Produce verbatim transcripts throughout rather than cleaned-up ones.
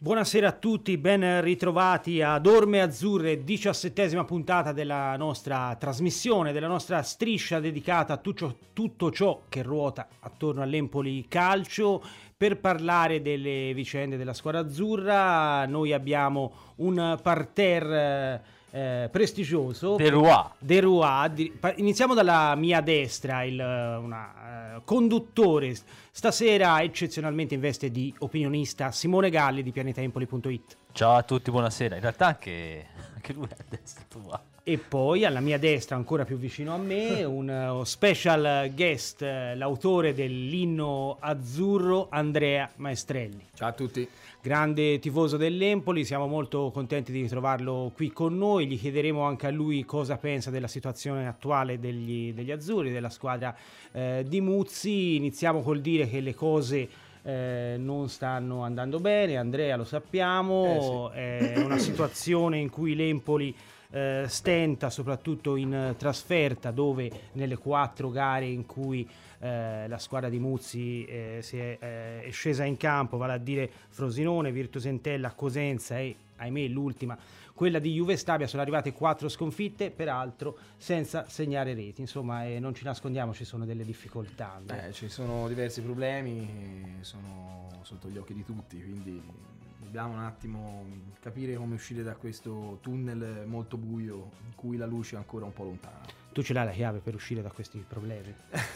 Buonasera a tutti, ben ritrovati ad Orme Azzurre, diciassettesima puntata della nostra trasmissione, della nostra striscia dedicata a tutto, tutto ciò che ruota attorno all'Empoli Calcio. Per parlare delle vicende della squadra azzurra noi abbiamo un parterre eh, prestigioso. De Roy. De Roy. Iniziamo dalla mia destra, il una, uh, conduttore stasera eccezionalmente in veste di opinionista, Simone Galli di pianeta empoli punto it. Ciao a tutti, buonasera. In realtà anche, anche lui è a destra tua. E poi alla mia destra, ancora più vicino a me, un uh, special guest, uh, l'autore dell'inno azzurro, Andrea Maestrelli. Ciao a tutti. Grande tifoso dell'Empoli, siamo molto contenti di ritrovarlo qui con noi. Gli chiederemo anche a lui cosa pensa della situazione attuale degli, degli azzurri, della squadra eh, di Muzzi. Iniziamo col dire che le cose eh, non stanno andando bene, Andrea, lo sappiamo, eh sì. È una situazione in cui l'Empoli eh, stenta, soprattutto in trasferta, dove nelle quattro gare in cui Eh, la squadra di Muzzi eh, si è, eh, è scesa in campo, vale a dire Frosinone, Virtus Entella, Cosenza e ahimè l'ultima, quella di Juve Stabia, sono arrivate quattro sconfitte, peraltro senza segnare reti. Insomma, eh, non ci nascondiamo, ci sono delle difficoltà. Eh, ci sono diversi problemi, sono sotto gli occhi di tutti, quindi dobbiamo un attimo capire come uscire da questo tunnel molto buio in cui la luce è ancora un po' lontana. Tu ce l'hai la chiave per uscire da questi problemi?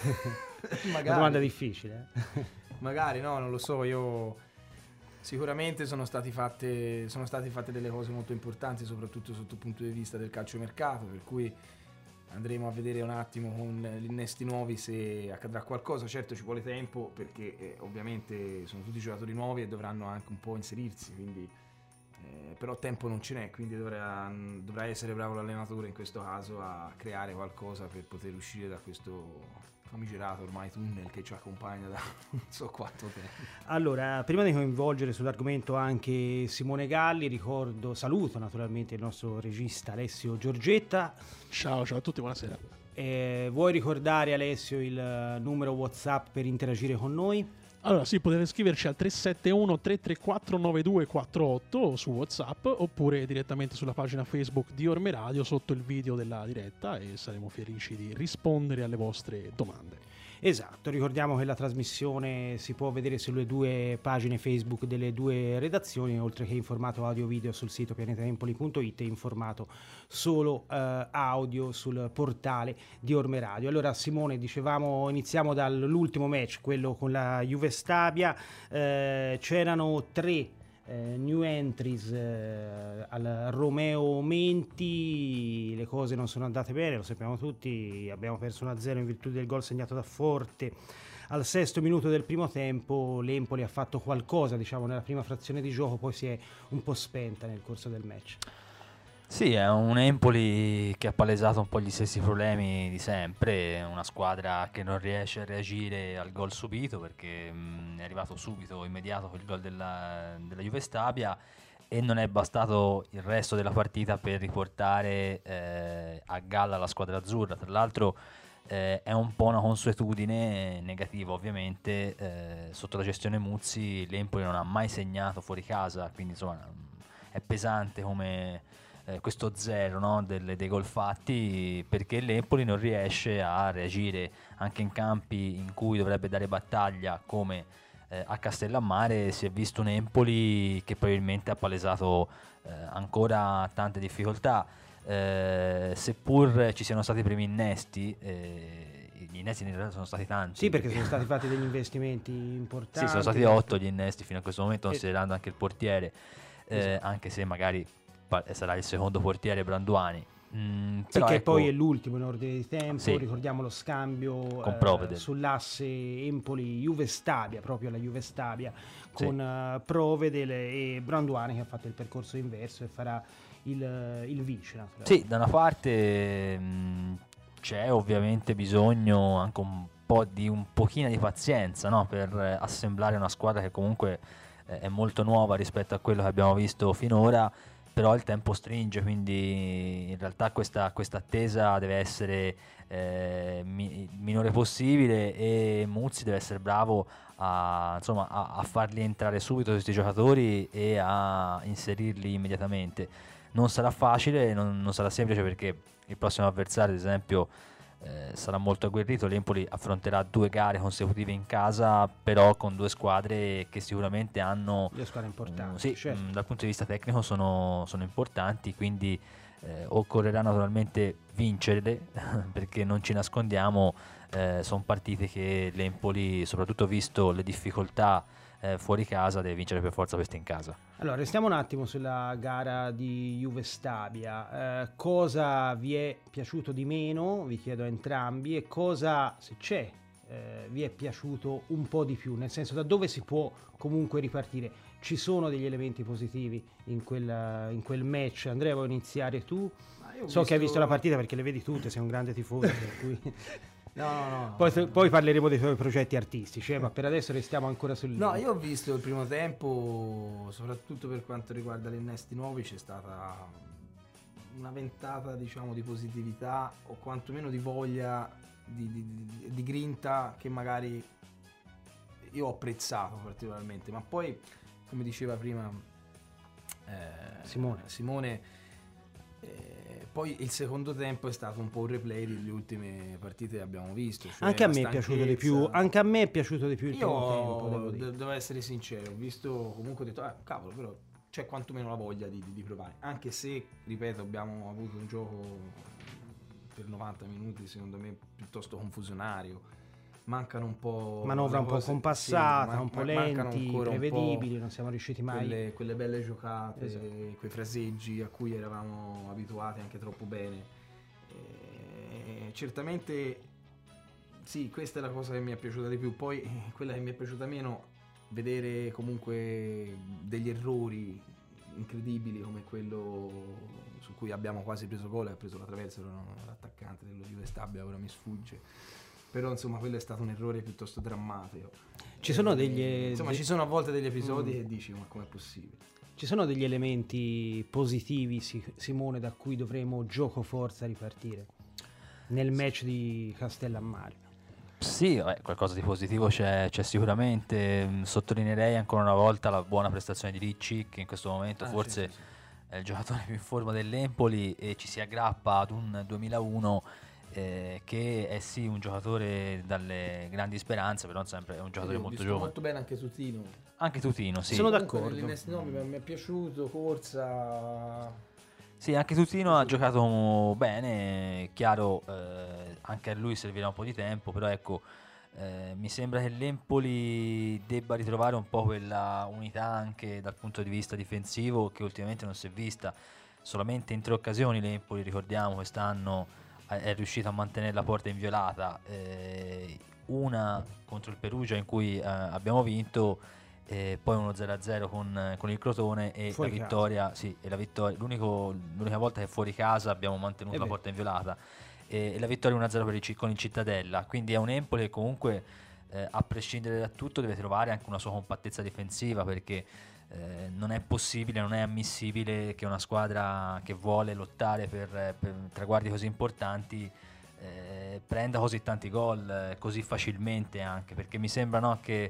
Magari. Una domanda difficile. Eh? Magari, no, non lo so, io sicuramente sono stati fatte sono state fatte delle cose molto importanti, soprattutto sotto il punto di vista del calciomercato, per cui andremo a vedere un attimo con gli innesti nuovi se accadrà qualcosa. Certo ci vuole tempo perché eh, ovviamente sono tutti giocatori nuovi e dovranno anche un po' inserirsi, quindi Eh, però tempo non ce n'è, quindi dovrà, dovrà essere bravo l'allenatore in questo caso a creare qualcosa per poter uscire da questo famigerato ormai tunnel che ci accompagna da non so quanto tempo. Allora, prima di coinvolgere sull'argomento anche Simone Galli, ricordo, saluto naturalmente il nostro regista Alessio Giorgetta. Ciao, ciao a tutti, buonasera. Eh, vuoi ricordare, Alessio, il numero WhatsApp per interagire con noi? Allora sì, potete scriverci al tre sette uno tre tre quattro nove due quattro otto su WhatsApp oppure direttamente sulla pagina Facebook di Orme Radio sotto il video della diretta e saremo felici di rispondere alle vostre domande. Esatto, ricordiamo che la trasmissione si può vedere sulle due pagine Facebook delle due redazioni, oltre che in formato audio-video sul sito pianeta empoli punto it e in formato solo eh, audio sul portale di Orme Radio. Allora Simone, dicevamo, iniziamo dall'ultimo match, quello con la Juve Stabia, eh, c'erano tre Eh, new entries eh, al Romeo Menti, le cose non sono andate bene, lo sappiamo tutti, abbiamo perso uno a zero in virtù del gol segnato da Forte al sesto minuto del primo tempo. L'Empoli ha fatto qualcosa, diciamo, nella prima frazione di gioco, poi si è un po' spenta nel corso del match. Sì, è un Empoli che ha palesato un po' gli stessi problemi di sempre, una squadra che non riesce a reagire al gol subito perché mh, è arrivato subito, immediato il gol della, della Juve Stabia e non è bastato il resto della partita per riportare eh, a galla la squadra azzurra. Tra l'altro eh, è un po' una consuetudine negativa ovviamente, eh, sotto la gestione Muzzi l'Empoli non ha mai segnato fuori casa, quindi insomma è pesante come Eh, questo zero, no, delle, dei gol fatti, perché l'Empoli non riesce a reagire anche in campi in cui dovrebbe dare battaglia come eh, a Castellammare. Si è visto un Empoli che probabilmente ha palesato eh, ancora tante difficoltà, eh, seppur ci siano stati i primi innesti. Eh, gli innesti in realtà sono stati tanti. Sì, perché sono stati fatti degli investimenti importanti. Sì, sono stati otto gli innesti fino a questo momento, considerando e... anche il portiere, eh, esatto. Anche se magari sarà il secondo portiere Branduani, mm, sì, però che ecco, poi è l'ultimo in ordine di tempo. Sì. Ricordiamo lo scambio eh, sull'asse Empoli-Juve Stabia, proprio alla Juve Stabia, con sì. uh, Provedel e Branduani che ha fatto il percorso inverso e farà il, il vice. Sì, da una parte mh, c'è ovviamente bisogno anche un po' di un pochino di pazienza, no? Per eh, assemblare una squadra che comunque eh, è molto nuova rispetto a quello che abbiamo visto finora, però il tempo stringe, quindi in realtà questa, questa attesa deve essere eh, mi, minore possibile, e Muzzi deve essere bravo a, insomma, a, a farli entrare subito questi giocatori e a inserirli immediatamente. Non sarà facile, non, non sarà semplice, perché il prossimo avversario, ad esempio, eh, sarà molto agguerrito. L'Empoli affronterà due gare consecutive in casa, però con due squadre che sicuramente hanno le squadre importanti, um, sì, certo. mh, dal punto di vista tecnico sono, sono importanti, quindi eh, occorrerà naturalmente vincerle perché non ci nascondiamo, eh, sono partite che l'Empoli, soprattutto visto le difficoltà eh, fuori casa, deve vincere per forza queste in casa. Allora, restiamo un attimo sulla gara di Juve Stabia. Eh, cosa vi è piaciuto di meno, vi chiedo a entrambi, e cosa, se c'è, eh, vi è piaciuto un po' di più, nel senso, da dove si può comunque ripartire. Ci sono degli elementi positivi in quel, in quel match. Andrea, vuoi iniziare tu? So visto... che hai visto la partita perché le vedi tutte, sei un grande tifoso, per cui... No, no, no. Poi, poi parleremo dei tuoi progetti artistici, eh, ma per adesso restiamo ancora sul... No, io ho visto il primo tempo, soprattutto per quanto riguarda gli innesti nuovi, c'è stata una ventata, diciamo, di positività, o quantomeno di voglia, di, di, di, di grinta, che magari io ho apprezzato particolarmente. Ma poi, come diceva prima eh, Simone, Simone eh, poi il secondo tempo è stato un po' un replay delle ultime partite che abbiamo visto, cioè anche a me è piaciuto di più, anche a me è piaciuto di più il io primo tempo, devo dire. Devo essere sincero, ho visto, comunque ho detto, ah, cavolo, però c'è quantomeno la voglia di, di, di provare, anche se, ripeto, abbiamo avuto un gioco per novanta minuti secondo me piuttosto confusionario, mancano un po' manovra un po' cose, compassata, sì, man- un po' lenti, lenti, prevedibili, non siamo riusciti mai quelle, quelle belle giocate, esatto. quei fraseggi a cui eravamo abituati anche troppo bene. E certamente sì, questa è la cosa che mi è piaciuta di più. Poi quella che mi è piaciuta meno, vedere comunque degli errori incredibili come quello su cui abbiamo quasi preso gol, ha preso la traversa, l'attaccante dello Juve Stabia, ora mi sfugge, però insomma quello è stato un errore piuttosto drammatico. Ci sono eh, degli insomma de- ci sono a volte degli episodi mm. che dici ma com'è possibile? Ci sono degli elementi positivi, Simone, da cui dovremo gioco forza ripartire nel match di Castellammare? Sì, beh, qualcosa di positivo c'è, c'è sicuramente. Sottolineerei ancora una volta la buona prestazione di Ricci, che in questo momento Ah, forse sì, sì, sì. è il giocatore più in forma dell'Empoli, e ci si aggrappa ad un duemilauno eh, che è sì un giocatore dalle grandi speranze, però sempre è un giocatore Io ho molto visto giovane. molto bene anche Tutino. Anche Tutino, sì. Sono Comunque, d'accordo. l'innesto- no, mi, mi è piaciuto, corsa. Sì, anche Tutino ha giocato bene, chiaro, eh, anche a lui servirà un po' di tempo, però ecco, eh, mi sembra che l'Empoli debba ritrovare un po' quella unità anche dal punto di vista difensivo che ultimamente non si è vista. Solamente in tre occasioni l'Empoli, ricordiamo, quest'anno è è riuscito a mantenere la porta inviolata, eh, una contro il Perugia in cui eh, abbiamo vinto, e poi uno zero a zero con, con il Crotone, e Fuori la casa. vittoria, sì, e la vittoria, l'unico, l'unica volta che fuori casa abbiamo mantenuto È la vero. porta inviolata, e, e la vittoria uno a zero per il, Ci- con il Cittadella, quindi è un Empoli che comunque eh, a prescindere da tutto deve trovare anche una sua compattezza difensiva, perché eh, non è possibile, non è ammissibile che una squadra che vuole lottare per, per traguardi così importanti eh, prenda così tanti gol eh, così facilmente, anche perché mi sembra, no, che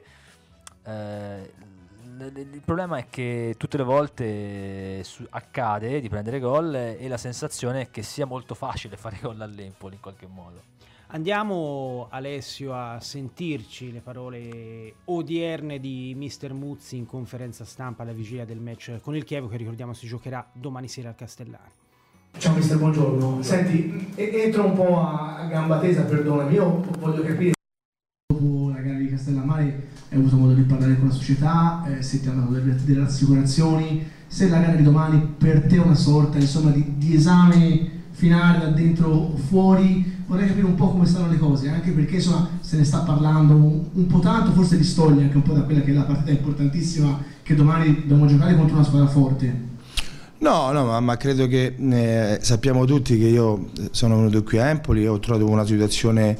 eh, l- l- il problema è che tutte le volte su- accade di prendere gol, e la sensazione è che sia molto facile fare gol all'Empoli in qualche modo. Andiamo, Alessio, a sentirci le parole odierne di mister Muzzi in conferenza stampa alla vigilia del match con il Chievo, che ricordiamo si giocherà domani sera al Castellani. Ciao mister, buongiorno. Senti, e- entro un po' a, a gamba tesa, perdonami, io voglio capire, dopo la gara di Castellammare hai avuto modo di parlare con la società, eh, se ti hanno dato delle, delle rassicurazioni, se la gara di domani per te è una sorta, insomma, di, di esame finale da dentro o fuori. Vorrei capire un po' come stanno le cose, anche perché insomma se ne sta parlando un, un po' tanto, forse distoglie anche un po' da quella che è la partita importantissima che domani dobbiamo giocare contro una squadra forte. No, no, ma, ma credo che eh, sappiamo tutti che io sono venuto qui a Empoli e ho trovato una situazione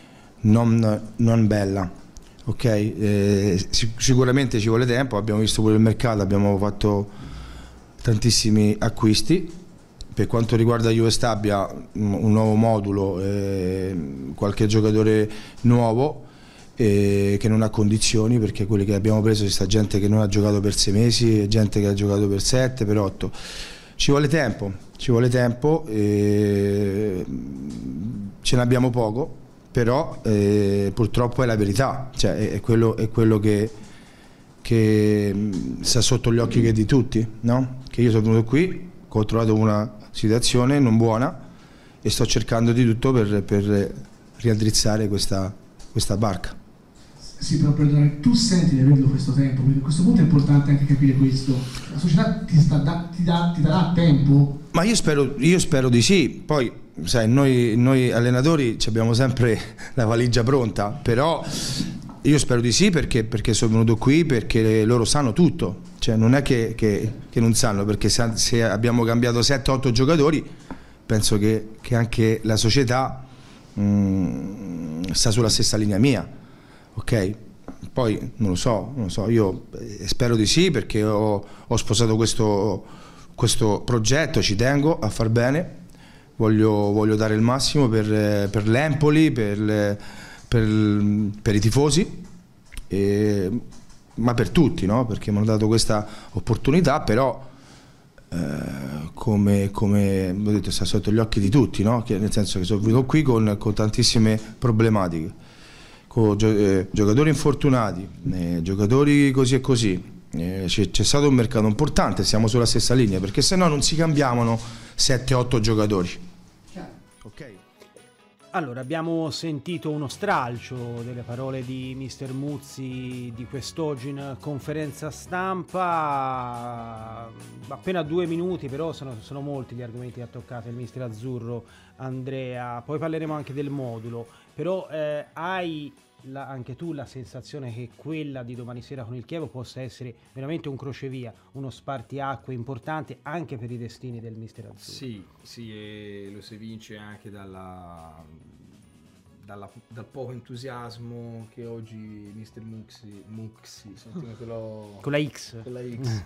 non, non bella, ok? Eh, sic- sicuramente ci vuole tempo, abbiamo visto pure il mercato, abbiamo fatto tantissimi acquisti. Per quanto riguarda Juve Stabia, un nuovo modulo, eh, qualche giocatore nuovo eh, che non ha condizioni, perché quelli che abbiamo preso, c'è sta gente che non ha giocato per sei mesi, gente che ha giocato per sette, per otto. Ci vuole tempo, ci vuole tempo, eh, ce ne abbiamo poco, però eh, purtroppo è la verità, cioè è, è, quello, è quello che, che sta sotto gli occhi di tutti, no? Che io sono venuto qui, ho trovato una situazione non buona e sto cercando di tutto per, per riaddrizzare questa, questa barca. Sì, però perdonare, tu senti di averlo questo tempo, perché a questo punto è importante anche capire questo. La società ti, sta da, ti, da, ti darà tempo? Ma io spero, io spero di sì. Poi, sai, noi, noi allenatori abbiamo sempre la valigia pronta, però io spero di sì perché, perché sono venuto qui, perché loro sanno tutto. Cioè non è che, che, che non sanno, perché se, se abbiamo cambiato sette otto giocatori, penso che, che anche la società mh, sta sulla stessa linea mia. Ok, poi non lo so, non lo so, io spero di sì perché ho, ho sposato questo, questo progetto, ci tengo a far bene, voglio, voglio dare il massimo per, per l'Empoli, per, per, per i tifosi, e, ma per tutti, no? Perché mi hanno dato questa opportunità, però eh, come, come ho detto sta sotto gli occhi di tutti, no? Che, nel senso che sono venuto qui con, con tantissime problematiche. Con eh, giocatori infortunati, eh, giocatori così e così, eh, c'è, c'è stato un mercato importante, siamo sulla stessa linea, perché se no non si cambiavano sette otto giocatori. Ok. Allora, abbiamo sentito uno stralcio delle parole di mister Muzzi di quest'oggi in conferenza stampa, appena due minuti, però sono, sono molti gli argomenti che ha toccato il mister azzurro Andrea, poi parleremo anche del modulo, però eh, hai la, anche tu la sensazione che quella di domani sera con il Chievo possa essere veramente un crocevia, uno spartiacque importante anche per i destini del mister azzurro? Sì, sì, e lo si vince anche dalla, dalla, dal poco entusiasmo che oggi mister Muxi, Muxi quello, con la X, con la X.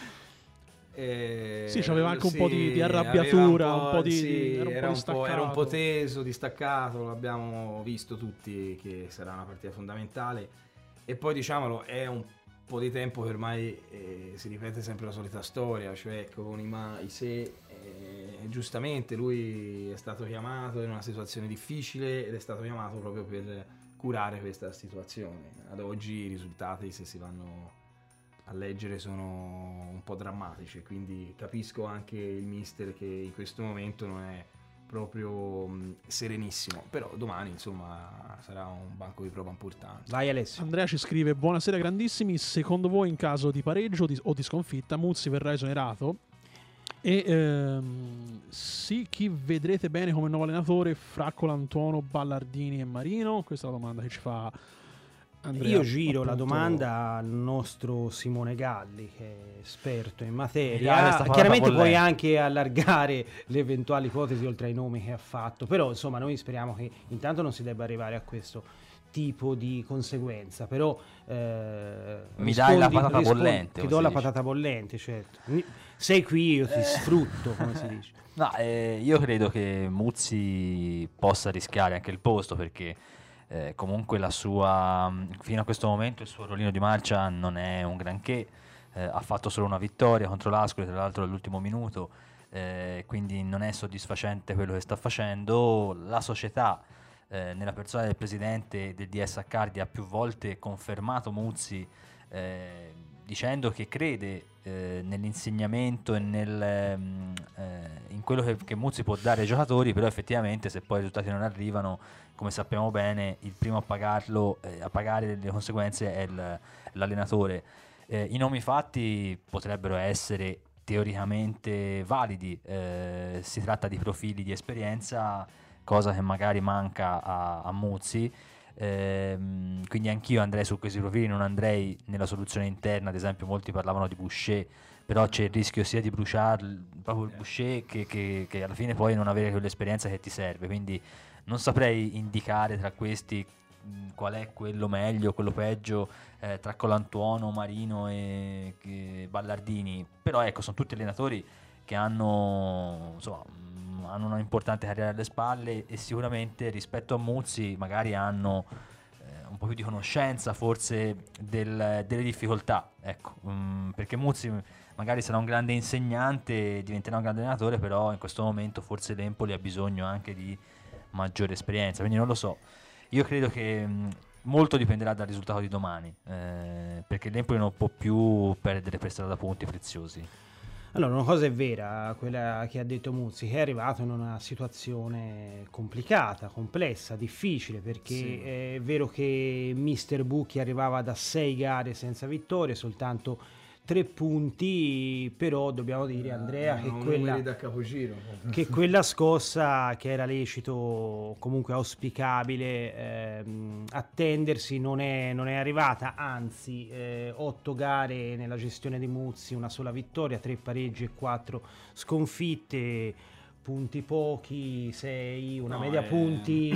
Eh, sì, c'aveva anche un sì, po' di, di arrabbiatura, un po', un po' di, sì, di era, un era, po un po', era un po' teso, distaccato, l'abbiamo visto tutti che sarà una partita fondamentale, e poi diciamolo, è un po' di tempo che ormai eh, si ripete sempre la solita storia, cioè ecco, con i ma, i se, eh, giustamente lui è stato chiamato in una situazione difficile ed è stato chiamato proprio per curare questa situazione. Ad oggi i risultati, se si vanno a leggere, sono un po' drammatici, quindi capisco anche il mister che in questo momento non è proprio mh, serenissimo, però domani insomma sarà un banco di prova importante. Vai Alessio. Andrea ci scrive: buonasera grandissimi, secondo voi in caso di pareggio di, o di sconfitta Muzzi verrà esonerato? E ehm, sì, chi vedrete bene come nuovo allenatore? Fraccola, Antuono, Ballardini e Marino? Questa è la domanda che ci fa Andrea. Io giro appunto la domanda al nostro Simone Galli, che è esperto in Mi materia. dai questa Chiaramente parata puoi bollente. anche allargare le eventuali ipotesi oltre ai nomi che ha fatto, però insomma noi speriamo che intanto non si debba arrivare a questo tipo di conseguenza, però eh, Mi dai la patata rispondi- bollente, ti come do si la dice. patata bollente, certo. Mi- sei qui, io ti sfrutto, come si dice. No, eh, io credo che Muzzi possa rischiare anche il posto, perché eh, comunque la sua, fino a questo momento il suo rollino di marcia non è un granché, eh, ha fatto solo una vittoria contro l'Ascoli, tra l'altro all'ultimo minuto, eh, quindi non è soddisfacente quello che sta facendo. La società, eh, nella persona del presidente del D S Accardi, ha più volte confermato Muzzi, eh, dicendo che crede eh, nell'insegnamento e nel, ehm, eh, in quello che, che Muzzi può dare ai giocatori, però effettivamente se poi i risultati non arrivano, come sappiamo bene, il primo a pagarlo, eh, a pagare le conseguenze è il, l'allenatore. Eh, I nomi fatti potrebbero essere teoricamente validi, eh, si tratta di profili di esperienza, cosa che magari manca a, a Muzzi. Ehm, quindi anch'io andrei su questi profili, non andrei nella soluzione interna. Ad esempio molti parlavano di Boucher, però c'è il rischio sia di bruciare proprio il Boucher che, che, che alla fine poi non avere quell'esperienza che ti serve, quindi non saprei indicare tra questi mh, qual è quello meglio, quello peggio eh, tra Colantuono, Marino e che, Ballardini, però ecco, sono tutti allenatori che hanno, insomma, mh, hanno una importante carriera alle spalle e sicuramente rispetto a Muzzi magari hanno eh, un po' più di conoscenza forse del, delle difficoltà, ecco, mh, perché Muzzi magari sarà un grande insegnante, diventerà un grande allenatore, però in questo momento forse l'Empoli ha bisogno anche di maggiore esperienza, quindi non lo so. Io credo che mh, molto dipenderà dal risultato di domani, eh, perché l'Empoli non può più perdere per strada punti preziosi. Allora, una cosa è vera, quella che ha detto Muzzi, che è arrivato in una situazione complicata, complessa, difficile, perché Sì. è vero che mister Bucchi arrivava da sei gare senza vittorie, soltanto tre punti, però dobbiamo dire, Andrea, che non quella, numeri da capogiro. che quella scossa, che era lecito, comunque auspicabile, ehm, attendersi, non è, non è arrivata, anzi eh, otto gare nella gestione di Muzzi, una sola vittoria, tre pareggi e quattro sconfitte, punti pochi, sei, una No, media eh. punti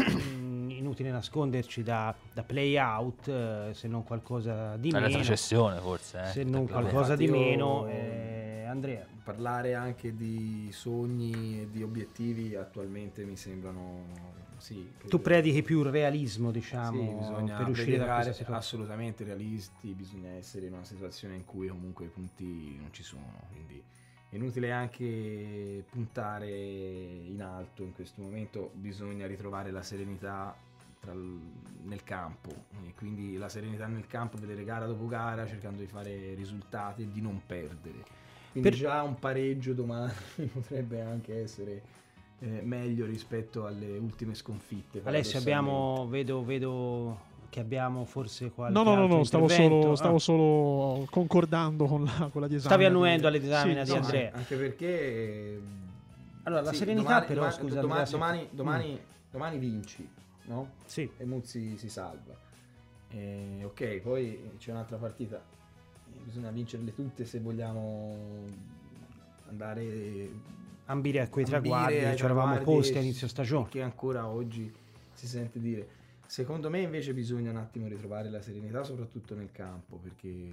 mm, inutile nasconderci da, da play out, eh, se non qualcosa di È la meno, retrocessione forse, eh, se non per la- qualcosa di Infatti io- meno, eh, Andrea. Parlare anche di sogni e di obiettivi attualmente mi sembrano sì, Tu credo- predichi più il realismo, sì, diciamo, bisogna per uscire da predicare questa situazione. assolutamente realisti, bisogna essere in una situazione in cui comunque i punti non ci sono, quindi è inutile anche puntare in alto in questo momento, bisogna ritrovare la serenità tra l- nel campo, e quindi la serenità nel campo, vedere gara dopo gara cercando di fare risultati e di non perdere, quindi Per- già un pareggio domani potrebbe anche essere eh, meglio rispetto alle ultime sconfitte. Alessio, paradossalmente. abbiamo, vedo, vedo che abbiamo forse qualche No, no, no, altro no, stavo intervento. solo, Ah, stavo solo concordando con la, con la disamina. Stavi annuendo di- alle disamina Sì, di sì, No, sì. Andrea. anche perché eh, Allora, la sì, serenità domani, però, domani, scusa, domani, Andrea, se- domani, domani, domani vinci, no? Sì, E Muzzi si salva. Eh, ok, poi c'è un'altra partita, eh, bisogna vincerle tutte se vogliamo andare ambire a quei ambire traguardi ai che ci eravamo traguardi posti a inizio stagione. che ancora oggi si sente dire. Secondo me invece bisogna un attimo ritrovare la serenità soprattutto nel campo, perché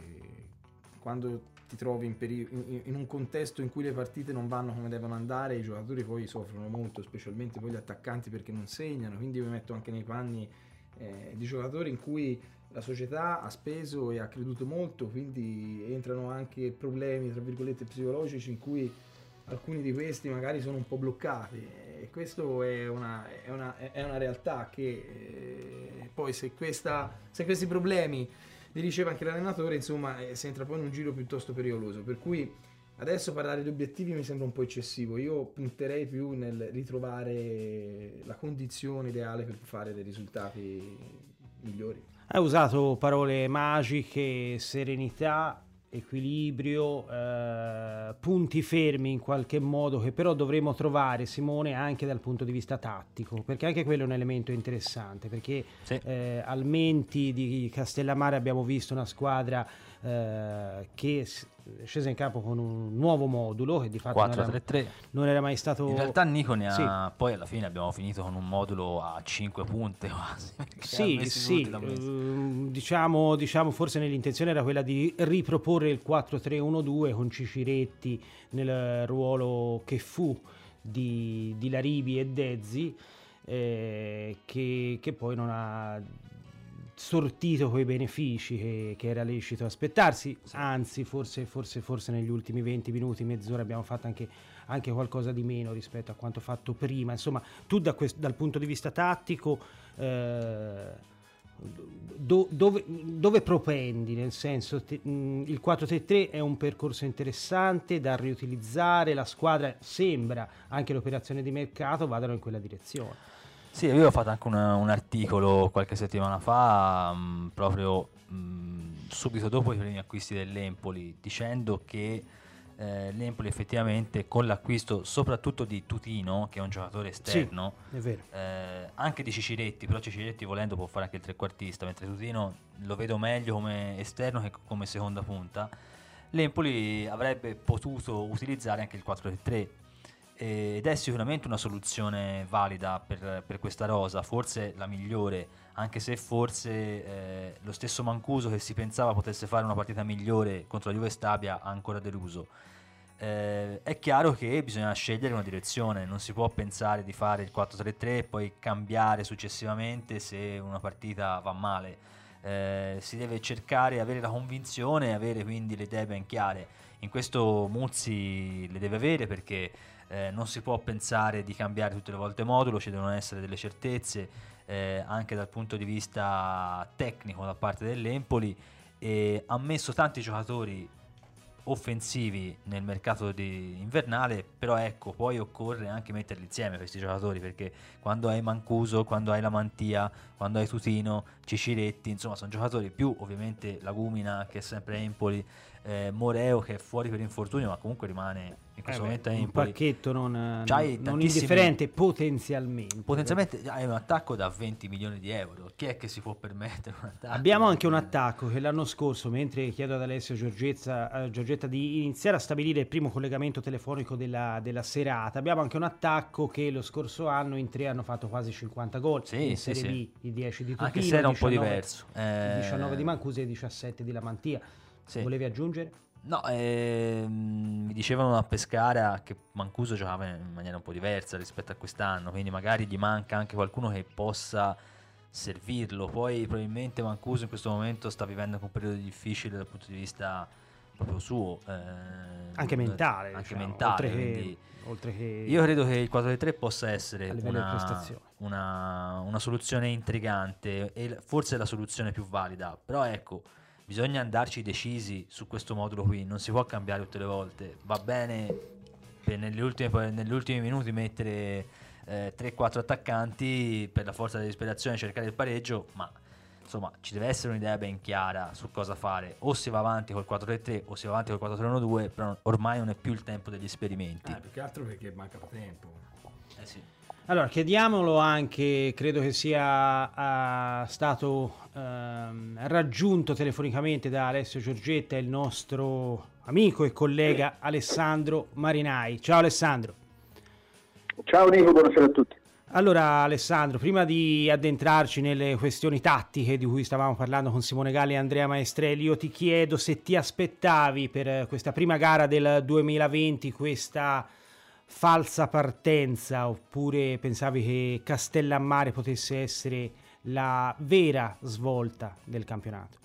quando ti trovi in, peri- in- in un contesto in cui le partite non vanno come devono andare, i giocatori poi soffrono molto, specialmente poi gli attaccanti, perché non segnano. Quindi io mi metto anche nei panni eh, di giocatori in cui la società ha speso e ha creduto molto, quindi entrano anche problemi tra virgolette psicologici in cui alcuni di questi magari sono un po' bloccati, e questo è una, è una, è una realtà che eh, poi se, questa, se questi problemi li riceve anche l'allenatore, insomma eh, si entra poi in un giro piuttosto pericoloso, per cui adesso parlare di obiettivi mi sembra un po' eccessivo. Io punterei più nel ritrovare la condizione ideale per fare dei risultati migliori. Hai usato parole magiche, serenità, equilibrio, eh, punti fermi in qualche modo, che però dovremo trovare, Simone, anche dal punto di vista tattico, perché anche quello è un elemento interessante, perché Sì. eh, al Menti di Castellammare abbiamo visto una squadra eh, che s- è scesa in campo con un nuovo modulo che di fatto non quattro era, tre tre. non era mai stato... In realtà Nico ne Sì. ha, poi alla fine abbiamo finito con un modulo a cinque punte quasi. perché ha Sì, messi sì, tutti da mesi. ehm, diciamo, diciamo forse nell'intenzione era quella di riproporre il quattro tre uno due con Ciciretti nel ruolo che fu di, di Laribi e Dezzi, eh, che, che poi non ha sortito quei benefici che, che era lecito aspettarsi, anzi forse, forse, forse negli ultimi venti minuti, mezz'ora abbiamo fatto anche, anche qualcosa di meno rispetto a quanto fatto prima. Insomma, tu da quest- dal punto di vista tattico eh, do- dove, dove propendi? Nel senso, te- mh, il quattro tre tre è un percorso interessante da riutilizzare, la squadra sembra, anche le operazioni di mercato vadano in quella direzione. Sì, io ho fatto anche una- un articolo qualche settimana fa, mh, proprio mh, subito dopo i primi acquisti dell'Empoli, dicendo che eh, l'Empoli effettivamente con l'acquisto soprattutto di Tutino, che è un giocatore esterno, È vero. eh, anche di Ciciretti, però Ciciretti volendo può fare anche il trequartista, mentre Tutino lo vedo meglio come esterno che come seconda punta, l'Empoli avrebbe potuto utilizzare anche il quattro tre tre. ed è sicuramente una soluzione valida per, per questa rosa, forse la migliore, anche se forse eh, lo stesso Mancuso, che si pensava potesse fare una partita migliore contro la Juve Stabia, ha ancora deluso. Eh, è chiaro che bisogna scegliere una direzione, non si può pensare di fare il quattro tre tre e poi cambiare successivamente se una partita va male. Eh, si deve cercare, avere la convinzione e avere quindi le idee ben chiare. In questo Muzzi le deve avere, perché eh, non si può pensare di cambiare tutte le volte modulo, ci devono essere delle certezze eh, anche dal punto di vista tecnico da parte dell'Empoli, e ha messo tanti giocatori offensivi nel mercato di invernale, però ecco, poi occorre anche metterli insieme questi giocatori, perché quando hai Mancuso, quando hai la Mantia, quando hai Tutino, Ciciretti, insomma sono giocatori più ovviamente Lagumina, che è sempre Empoli, eh, Moreo, che è fuori per infortunio ma comunque rimane in questo Eh momento beh, a un Empoli. pacchetto non, non, C'hai non tantissimi- indifferente potenzialmente. Potenzialmente hai un attacco da venti milioni di euro. Chi è che si può permettere un attacco? Abbiamo anche un attacco che l'anno scorso, mentre chiedo ad Alessio Giorgetta, eh, Giorgetta di iniziare a stabilire il primo collegamento telefonico della, della serata, abbiamo anche un attacco che lo scorso anno in tre hanno fatto quasi cinquanta gol, Sì, in sì, Serie sì. B i dieci di Tutino, Anche se era un po' diciannove diverso. i Eh, diciannove di Mancuso e i diciassette di Lamantia. sì. Volevi aggiungere? No, ehm, mi dicevano a Pescara che Mancuso giocava in maniera un po' diversa rispetto a quest'anno, quindi magari gli manca anche qualcuno che possa servirlo. Poi probabilmente Mancuso in questo momento sta vivendo anche un periodo difficile dal punto di vista proprio suo, eh, Anche mentale, anche diciamo, mentale, oltre che- quindi oltre che io credo che il quattro tre tre possa essere a livello di una, prestazioni. una, una soluzione intrigante e forse la soluzione più valida, però ecco, bisogna andarci decisi su questo modulo qui, non si può cambiare tutte le volte. Va bene per negli ultimi, negli ultimi minuti mettere eh, tre quattro attaccanti per la forza della disperazione, cercare il pareggio, ma insomma ci deve essere un'idea ben chiara su cosa fare. O si va avanti col quattro tre tre o si va avanti col quattro tre uno due, però ormai non è più il tempo degli esperimenti. Eh, più che altro perché manca tempo. Eh sì. Allora, chiediamolo anche, credo che sia uh, stato um, raggiunto telefonicamente da Alessio Giorgetta il nostro amico e collega Alessandro Marinai. Ciao Alessandro. Ciao Nico, buonasera a tutti. Allora Alessandro, prima di addentrarci nelle questioni tattiche di cui stavamo parlando con Simone Galli e Andrea Maestrelli, io ti chiedo se ti aspettavi per questa prima gara del duemilaventi questa falsa partenza, oppure pensavi che Castellammare potesse essere la vera svolta del campionato?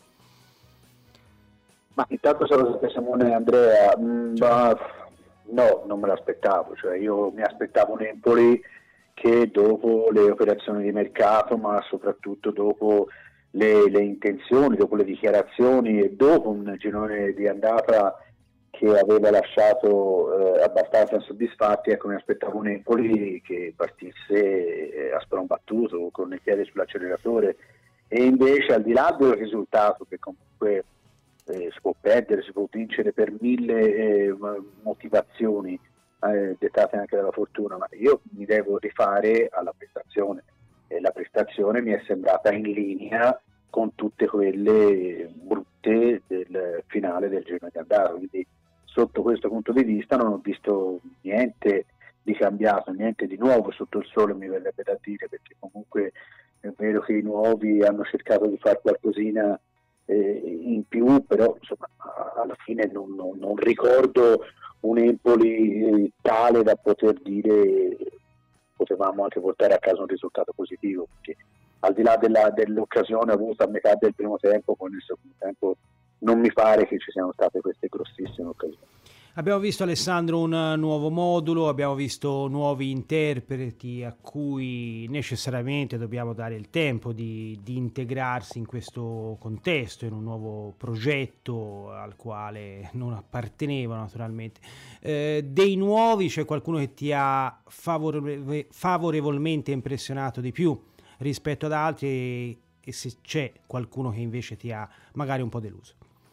Ma intanto saluto Simone e Andrea, mm, ma no, non me l'aspettavo, cioè io mi aspettavo un Empoli che dopo le operazioni di mercato, ma soprattutto dopo le, le intenzioni, dopo le dichiarazioni e dopo un girone di andata che aveva lasciato eh, abbastanza insoddisfatti, ecco, mi aspettavo un Empoli che partisse eh, a sprombattuto, con il piede sull'acceleratore, e invece al di là del risultato, che comunque eh, si può perdere, si può vincere per mille eh, motivazioni eh, dettate anche dalla fortuna, ma io mi devo rifare alla prestazione, e la prestazione mi è sembrata in linea con tutte quelle brutte del finale del girone di andata, quindi sotto questo punto di vista non ho visto niente di cambiato, niente di nuovo sotto il sole, mi verrebbe da dire, perché comunque è vero che i nuovi hanno cercato di fare qualcosina eh, in più, però insomma alla fine non, non, non ricordo un Empoli eh, tale da poter dire potevamo anche portare a casa un risultato positivo, perché al di là della, dell'occasione avuta a metà del primo tempo, poi nel secondo tempo non mi pare che ci siano state queste grossissime occasioni. Abbiamo visto, Alessandro, un nuovo modulo, abbiamo visto nuovi interpreti a cui necessariamente dobbiamo dare il tempo di, di integrarsi in questo contesto, in un nuovo progetto al quale non appartenevo naturalmente. Eh, dei nuovi c'è qualcuno che ti ha favore- favorevolmente impressionato di più rispetto ad altri, e, e se c'è qualcuno che invece ti ha magari un po' deluso?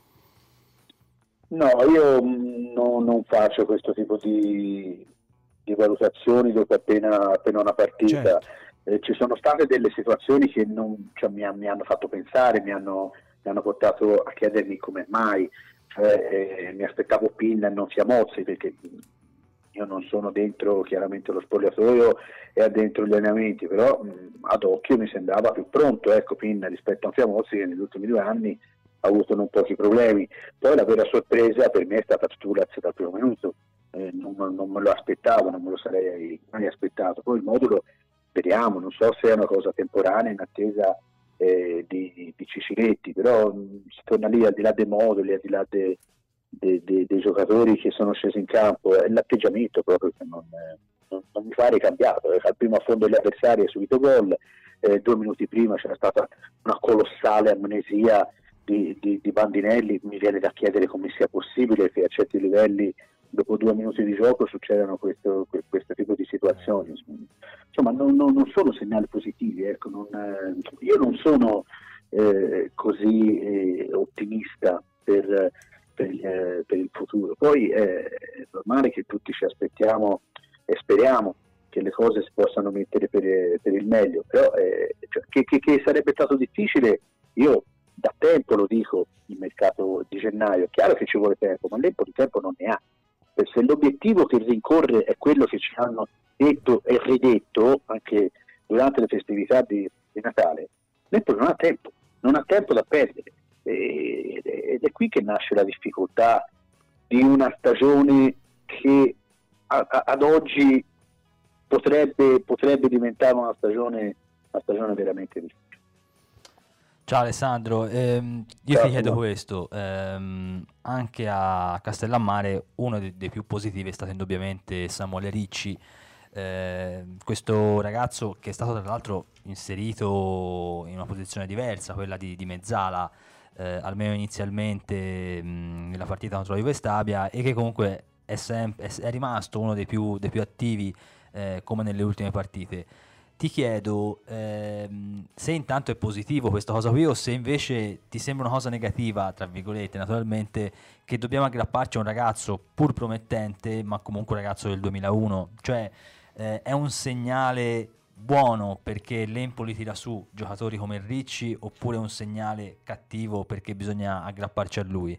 No, io no, non faccio questo tipo di, di valutazioni dopo appena, appena una partita. Certo. Eh, ci sono state delle situazioni che non, cioè, mi, mi hanno fatto pensare, mi hanno, mi hanno portato a chiedermi come mai, cioè, eh, mi aspettavo Pinna e non Fiamozzi, perché io non sono dentro chiaramente lo spogliatoio e dentro gli allenamenti, però mh, ad occhio mi sembrava più pronto, ecco, Pinna rispetto a Fiamozzi, che negli ultimi due anni ha avuto non pochi problemi. Poi la vera sorpresa per me è stata Stulaz dal primo minuto, eh, non, non me lo aspettavo, non me lo sarei mai aspettato. Poi il modulo, speriamo, non so se è una cosa temporanea in attesa eh, di, di Ciciletti, però mh, si torna lì al di là dei moduli, al di là dei, dei, dei, dei giocatori che sono scesi in campo, è l'atteggiamento proprio che non, non, non mi pare cambiato. Eh, al primo affondo degli avversari è subito gol, eh, due minuti prima c'era stata una colossale amnesia di, di, di Bandinelli. Mi viene da chiedere come sia possibile che a certi livelli dopo due minuti di gioco succedano questo, questo tipo di situazioni. Insomma, non, non, non sono segnali positivi, ecco. Non, eh, io non sono eh, così eh, ottimista per, per, eh, per il futuro. Poi eh, è normale che tutti ci aspettiamo e speriamo che le cose si possano mettere per, per il meglio, però eh, cioè, che, che, che sarebbe stato difficile, io da tempo lo dico, il mercato di gennaio, è chiaro che ci vuole tempo, ma l'Empoli di tempo non ne ha. Se l'obiettivo che rincorre è quello che ci hanno detto e ridetto anche durante le festività di, di Natale, l'Empoli non ha tempo, non ha tempo da perdere, e, ed è qui che nasce la difficoltà di una stagione che a, a, ad oggi potrebbe, potrebbe diventare una stagione, una stagione veramente difficile. Ciao Alessandro, ehm, io Ciao, ti chiedo no. questo, ehm, anche a Castellammare uno dei, dei più positivi è stato indubbiamente Samuele Ricci, eh, questo ragazzo che è stato tra l'altro inserito in una posizione diversa, quella di, di mezzala, eh, almeno inizialmente mh, nella partita contro la Juve Stabia, e che comunque è, sem- è, è rimasto uno dei più, dei più attivi eh, come nelle ultime partite. Ti chiedo ehm, se intanto è positivo questa cosa qui o se invece ti sembra una cosa negativa, tra virgolette, naturalmente, che dobbiamo aggrapparci a un ragazzo pur promettente, ma comunque un ragazzo del duemilauno. Cioè eh, è un segnale buono perché l'Empoli tira su giocatori come Ricci, oppure è un segnale cattivo perché bisogna aggrapparci a lui?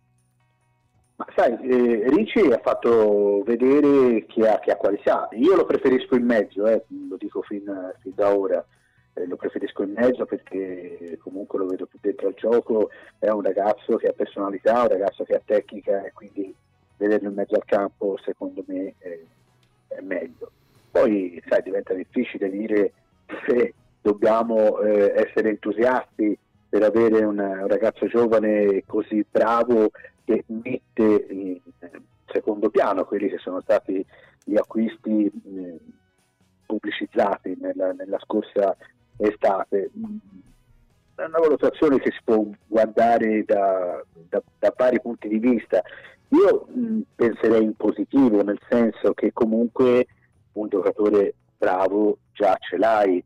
Ma sai, eh, Ricci ha fatto vedere che ha, che ha qualità. Io lo preferisco in mezzo, eh, lo dico fin, fin da ora, eh, lo preferisco in mezzo perché comunque lo vedo più dentro al gioco, è un ragazzo che ha personalità, un ragazzo che ha tecnica, e quindi vederlo in mezzo al campo secondo me è, è meglio. Poi sai, diventa difficile dire se dobbiamo eh, essere entusiasti per avere un, un ragazzo giovane così bravo, che mette in secondo piano quelli che sono stati gli acquisti eh, pubblicizzati nella, nella scorsa estate. È una valutazione che si può guardare da, da, da vari punti di vista. Io mh, penserei in positivo, nel senso che comunque un giocatore bravo già ce l'hai,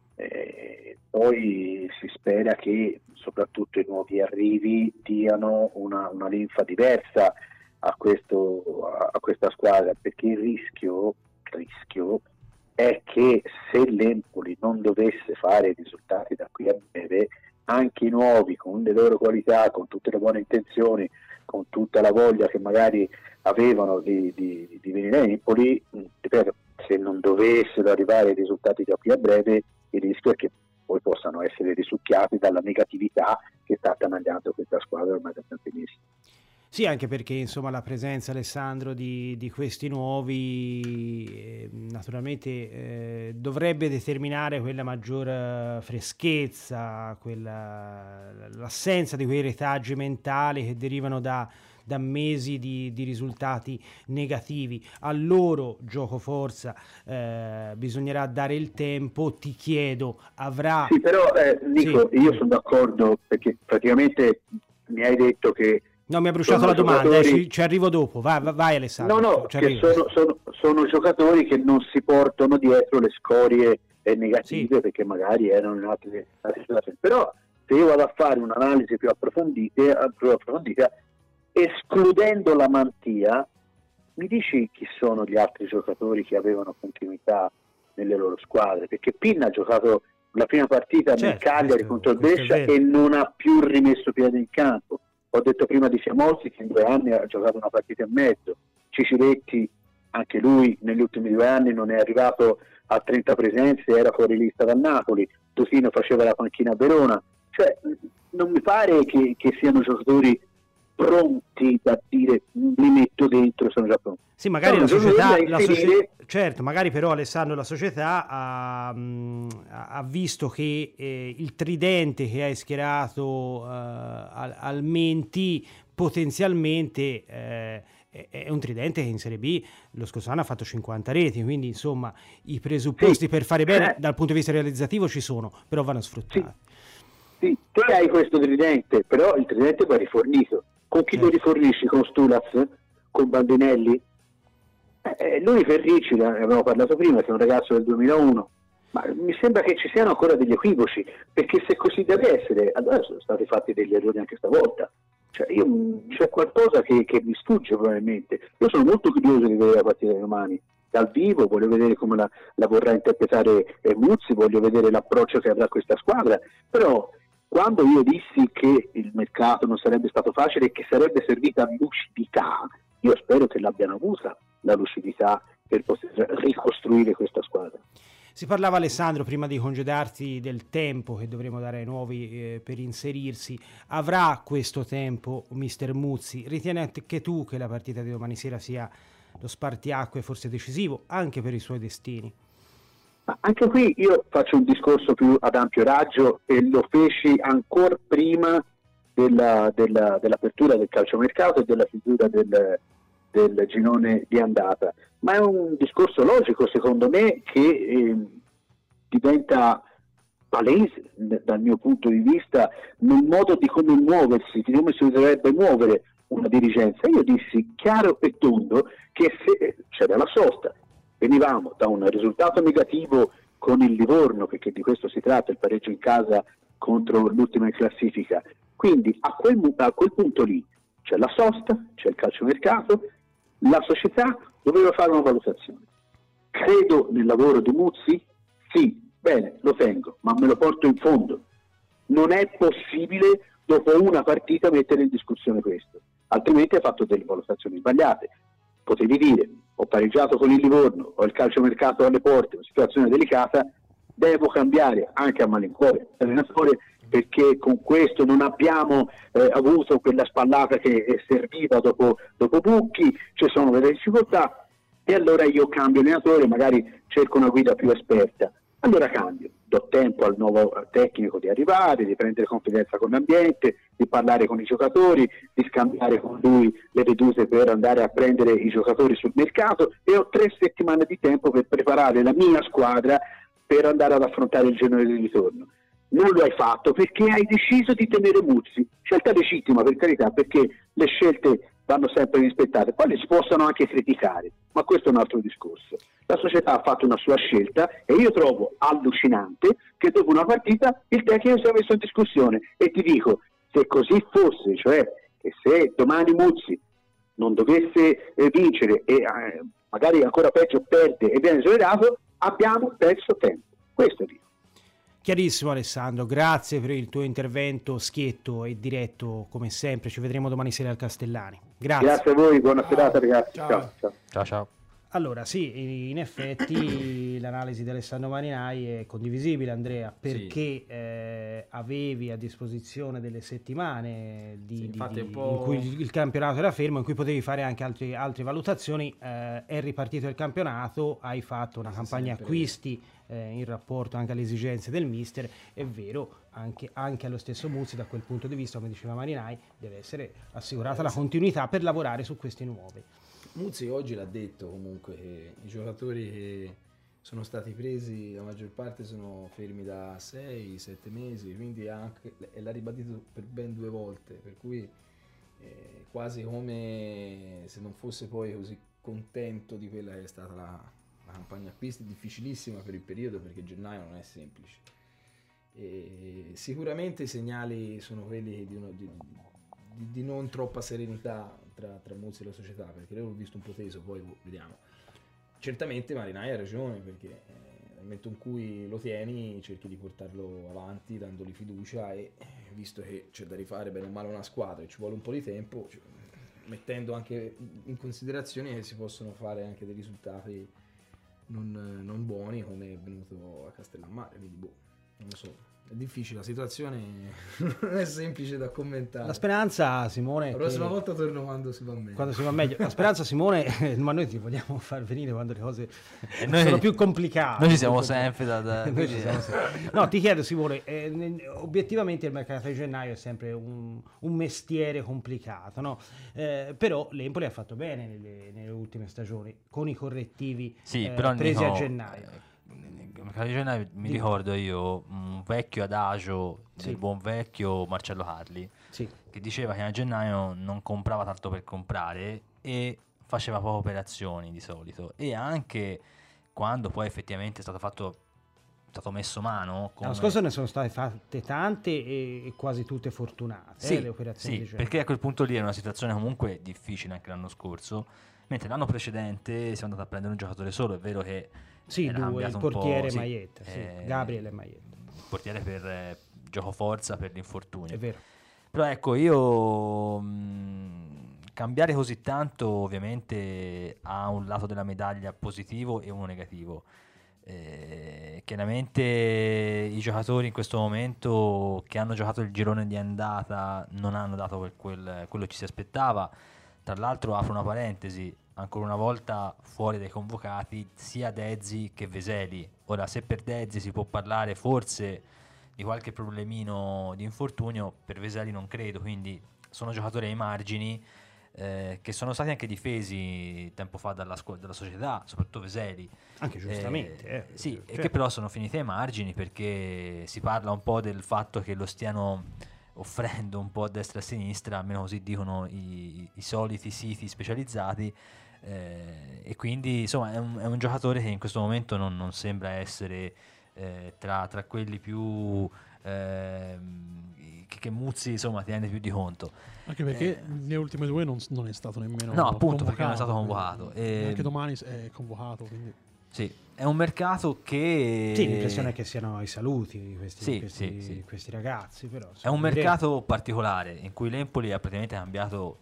eh, poi si spera che soprattutto i nuovi arrivi diano una, una linfa diversa a, questo, a, a questa squadra, perché il rischio, rischio è che se l'Empoli non dovesse fare risultati da qui a breve, anche i nuovi con le loro qualità, con tutte le buone intenzioni, con tutta la voglia che magari avevano di, di, di venire a Empoli, ripeto, se non dovessero arrivare ai risultati da qui a breve, il rischio è che poi possano essere risucchiati dalla negatività che sta attanagliando questa squadra ormai da tanti mesi. Sì, anche perché insomma la presenza, Alessandro, di, di questi nuovi eh, naturalmente eh, dovrebbe determinare quella maggior eh, freschezza, quella, l'assenza di quei retaggi mentali che derivano da, da mesi di, di risultati negativi. A loro, gioco forza, eh, bisognerà dare il tempo. Ti chiedo, avrà... Sì, però eh, Nico, sì. io sono d'accordo, perché praticamente mi hai detto che No, mi ha bruciato sono la domanda, giocatori... eh, ci, ci arrivo dopo. Vai, vai, vai Alessandro. No, no, ci che arrivo. sono, sono, sono giocatori che non si portano dietro le scorie negative, Sì. perché magari erano in altre, altre situazioni. Però se io vado a fare un'analisi più approfondita, più approfondita, escludendo la Mantia, mi dici chi sono gli altri giocatori che avevano continuità nelle loro squadre? Perché Pinna ha giocato la prima partita Certo, nel Cagliari questo- contro il questo è Brescia vero. e non ha più rimesso piede in campo. Ho detto prima di Fiamozzi che in due anni ha giocato una partita e mezzo. Ciciletti anche lui negli ultimi due anni non è arrivato a trenta presenze, era fuori lista dal Napoli, Tosino faceva la panchina a Verona, cioè non mi pare che, che siano giocatori pronti da dire li metto dentro, sono già pronti. Sì, magari la Sono società, giocatori da la socie- inserire- certo, magari però Alessandro la società ha, mh, ha visto che eh, il tridente che hai schierato eh, al, al Menti potenzialmente eh, è è un tridente che in Serie B lo scorso anno ha fatto cinquanta reti, quindi insomma i presupposti Sì. per fare bene Eh. dal punto di vista realizzativo ci sono, però vanno sfruttati. Sì, te hai questo tridente, però il tridente va rifornito. Con chi Eh. lo rifornisci? Con Stulaz? Con Bandinelli? Eh, lui Ferricci, ne abbiamo parlato prima, che è un ragazzo del duemilauno, ma mi sembra che ci siano ancora degli equivoci, perché se così deve essere, allora sono stati fatti degli errori anche stavolta. Cioè io, c'è qualcosa che, che mi sfugge probabilmente. Io sono molto curioso di vedere la partita di domani dal vivo, voglio vedere come la, la vorrà interpretare eh, Muzzi, voglio vedere l'approccio che avrà questa squadra, però quando io dissi che il mercato non sarebbe stato facile e che sarebbe servita lucidità, io spero che l'abbiano avuta la lucidità per poter ricostruire questa squadra. Si parlava, Alessandro, prima di congedarti, del tempo che dovremo dare ai nuovi eh, per inserirsi. Avrà questo tempo mister Muzzi? Ritieni anche tu che la partita di domani sera sia lo spartiacque forse decisivo anche per i suoi destini? Ma anche qui io faccio un discorso più ad ampio raggio e lo feci ancora prima della, della, dell'apertura del calciomercato e della figura del, del girone di andata, ma è un discorso logico secondo me che eh, diventa palese dal mio punto di vista nel modo di come muoversi, di come si dovrebbe muovere una dirigenza. Io dissi chiaro e tondo che se c'era la sosta, venivamo da un risultato negativo con il Livorno, perché di questo si tratta, il pareggio in casa contro l'ultima in classifica, quindi a quel, a quel punto lì c'è la sosta, c'è il calciomercato, la società doveva fare una valutazione. Credo nel lavoro di Muzzi? Sì, bene, lo tengo, ma me lo porto in fondo. Non è possibile dopo una partita mettere in discussione questo, altrimenti hai fatto delle valutazioni sbagliate. Potevi dire, ho pareggiato con il Livorno, ho il calciomercato alle porte, una situazione delicata, devo cambiare anche a malincuore l'allenatore, perché con questo non abbiamo eh, avuto quella spallata che eh, serviva dopo, dopo Bucchi, ci sono delle difficoltà e allora io cambio allenatore, magari cerco una guida più esperta, allora cambio, do tempo al nuovo tecnico di arrivare, di prendere confidenza con l'ambiente, di parlare con i giocatori, di scambiare con lui le vedute per andare a prendere i giocatori sul mercato e ho tre settimane di tempo per preparare la mia squadra per andare ad affrontare il girone di ritorno. Non lo hai fatto perché hai deciso di tenere Muzzi, scelta legittima per carità, perché le scelte vanno sempre rispettate, poi le si possono anche criticare, ma questo è un altro discorso. La società ha fatto una sua scelta e io trovo allucinante che dopo una partita il tecnico si è messo in discussione e ti dico, se così fosse, cioè che se domani Muzzi non dovesse eh, vincere e eh, magari ancora peggio perde e viene esonerato, abbiamo perso tempo, questo dico. Chiarissimo Alessandro, grazie per il tuo intervento schietto e diretto come sempre, ci vedremo domani sera al Castellani. Grazie. Grazie a voi, buona serata ragazzi. Ciao. Ciao, ciao. Ciao ciao. Allora sì, in effetti l'analisi di Alessandro Marinai è condivisibile, Andrea, perché eh, avevi a disposizione delle settimane di, Sì, di- infatti di- un po'- in cui il, il campionato era fermo, in cui potevi fare anche altri- altre valutazioni, eh, è ripartito il campionato, hai fatto una Sì, campagna sempre. acquisti eh, in rapporto anche alle esigenze del mister, è vero, anche, anche allo stesso Muzzi da quel punto di vista, come diceva Marinai, deve essere assicurata Eh, la sì. continuità per lavorare su questi nuovi. Muzzi oggi l'ha detto comunque che i giocatori che sono stati presi la maggior parte sono fermi da sei sette mesi, quindi anche, e l'ha ribadito per ben due volte, per cui eh, quasi come se non fosse poi così contento di quella che è stata la, la campagna acquisti, difficilissima per il periodo perché gennaio non è semplice. E sicuramente i segnali sono quelli di, uno, di, di, di non troppa serenità tra, tra Muzzi e la società, perché io l'ho visto un po' teso, poi vediamo. Certamente Marinai ha ragione, perché eh, nel momento in cui lo tieni cerchi di portarlo avanti dandogli fiducia e eh, visto che c'è da rifare bene o male una squadra e ci vuole un po' di tempo, cioè, mettendo anche in considerazione che si possono fare anche dei risultati non, non buoni come è venuto a Castellammare, quindi boh, non lo so. È difficile, la situazione non è semplice da commentare. La speranza, Simone... La prossima che... volta torno quando si va meglio. Quando si va meglio. La speranza, Simone, ma noi ti vogliamo far venire quando le cose e noi, sono più complicate. Noi ci siamo sempre da... da noi ci siamo sempre. No, ti chiedo, Simone, eh, obiettivamente il mercato di gennaio è sempre un, un mestiere complicato, no? Eh, però l'Empoli ha fatto bene nelle, nelle ultime stagioni, con i correttivi sì, eh, però presi no, a gennaio. Mi Dimmi. ricordo io un vecchio adagio del sì. buon vecchio Marcello Carli, sì. che diceva che a gennaio non comprava tanto per comprare e faceva poche operazioni di solito, e anche quando poi effettivamente è stato fatto è stato messo mano come... L'anno scorso ne sono state fatte tante e, e quasi tutte fortunate, sì, eh, le operazioni sì, di perché a quel punto lì era una situazione comunque difficile anche l'anno scorso, mentre l'anno precedente siamo andati a prendere un giocatore solo. È vero che sì, era due, il un portiere po', Maietta, sì, sì, eh, Gabriele Maietta. Il portiere per eh, gioco forza, per l'infortunio. È vero. Però ecco, io mh, cambiare così tanto ovviamente ha un lato della medaglia positivo e uno negativo. Eh, chiaramente i giocatori in questo momento che hanno giocato il girone di andata non hanno dato per quel, quello che ci si aspettava. Tra l'altro apro una parentesi, ancora una volta fuori dai convocati sia Dezzi che Veseli. Ora, se per Dezzi si può parlare forse di qualche problemino di infortunio, per Veseli non credo, quindi sono giocatori ai margini eh, che sono stati anche difesi tempo fa dalla, scu- dalla società, soprattutto Veseli. Anche giustamente. Eh, eh, sì, certo. e che però sono finiti ai margini perché si parla un po' del fatto che lo stiano offrendo un po' a destra e a sinistra, almeno così dicono i, i soliti siti specializzati, eh, e quindi insomma è un, è un giocatore che in questo momento non, non sembra essere eh, tra, tra quelli più eh, che, che Muzzi insomma tiene più di conto, anche perché eh, nelle ultime due non, non è stato nemmeno no appunto convocato, perché non è stato convocato, e e anche domani è convocato, quindi sì, è un mercato che... Sì, l'impressione è che siano i saluti di questi, sì, questi, sì, sì. questi ragazzi. Però, è un mercato particolare in cui l'Empoli ha praticamente cambiato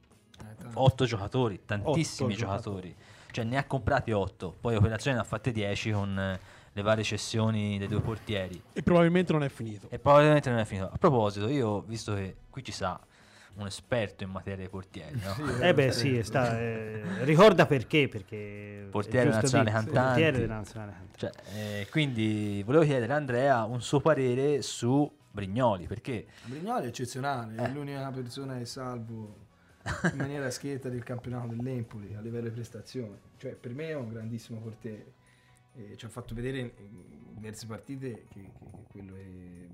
otto giocatori, tantissimi otto giocatori. giocatori, cioè ne ha comprati otto, poi operazioni ne ha fatte dieci con eh, le varie cessioni dei due portieri. E probabilmente non è finito. E probabilmente non è finito. A proposito, io visto che qui ci sa un esperto in materia di portieri, no? Sì, eh beh sì, sta, eh, ricorda perché, perché portiere nazionale cantante, portiere nazionale cantante. Cioè, eh, quindi volevo chiedere a Andrea un suo parere su Brignoli, perché Brignoli è eccezionale, eh. è l'unica persona che salvo in maniera schietta del campionato dell'Empoli a livello di prestazioni. Cioè, per me è un grandissimo portiere, e ci ha fatto vedere in diverse partite che, che, che quello è,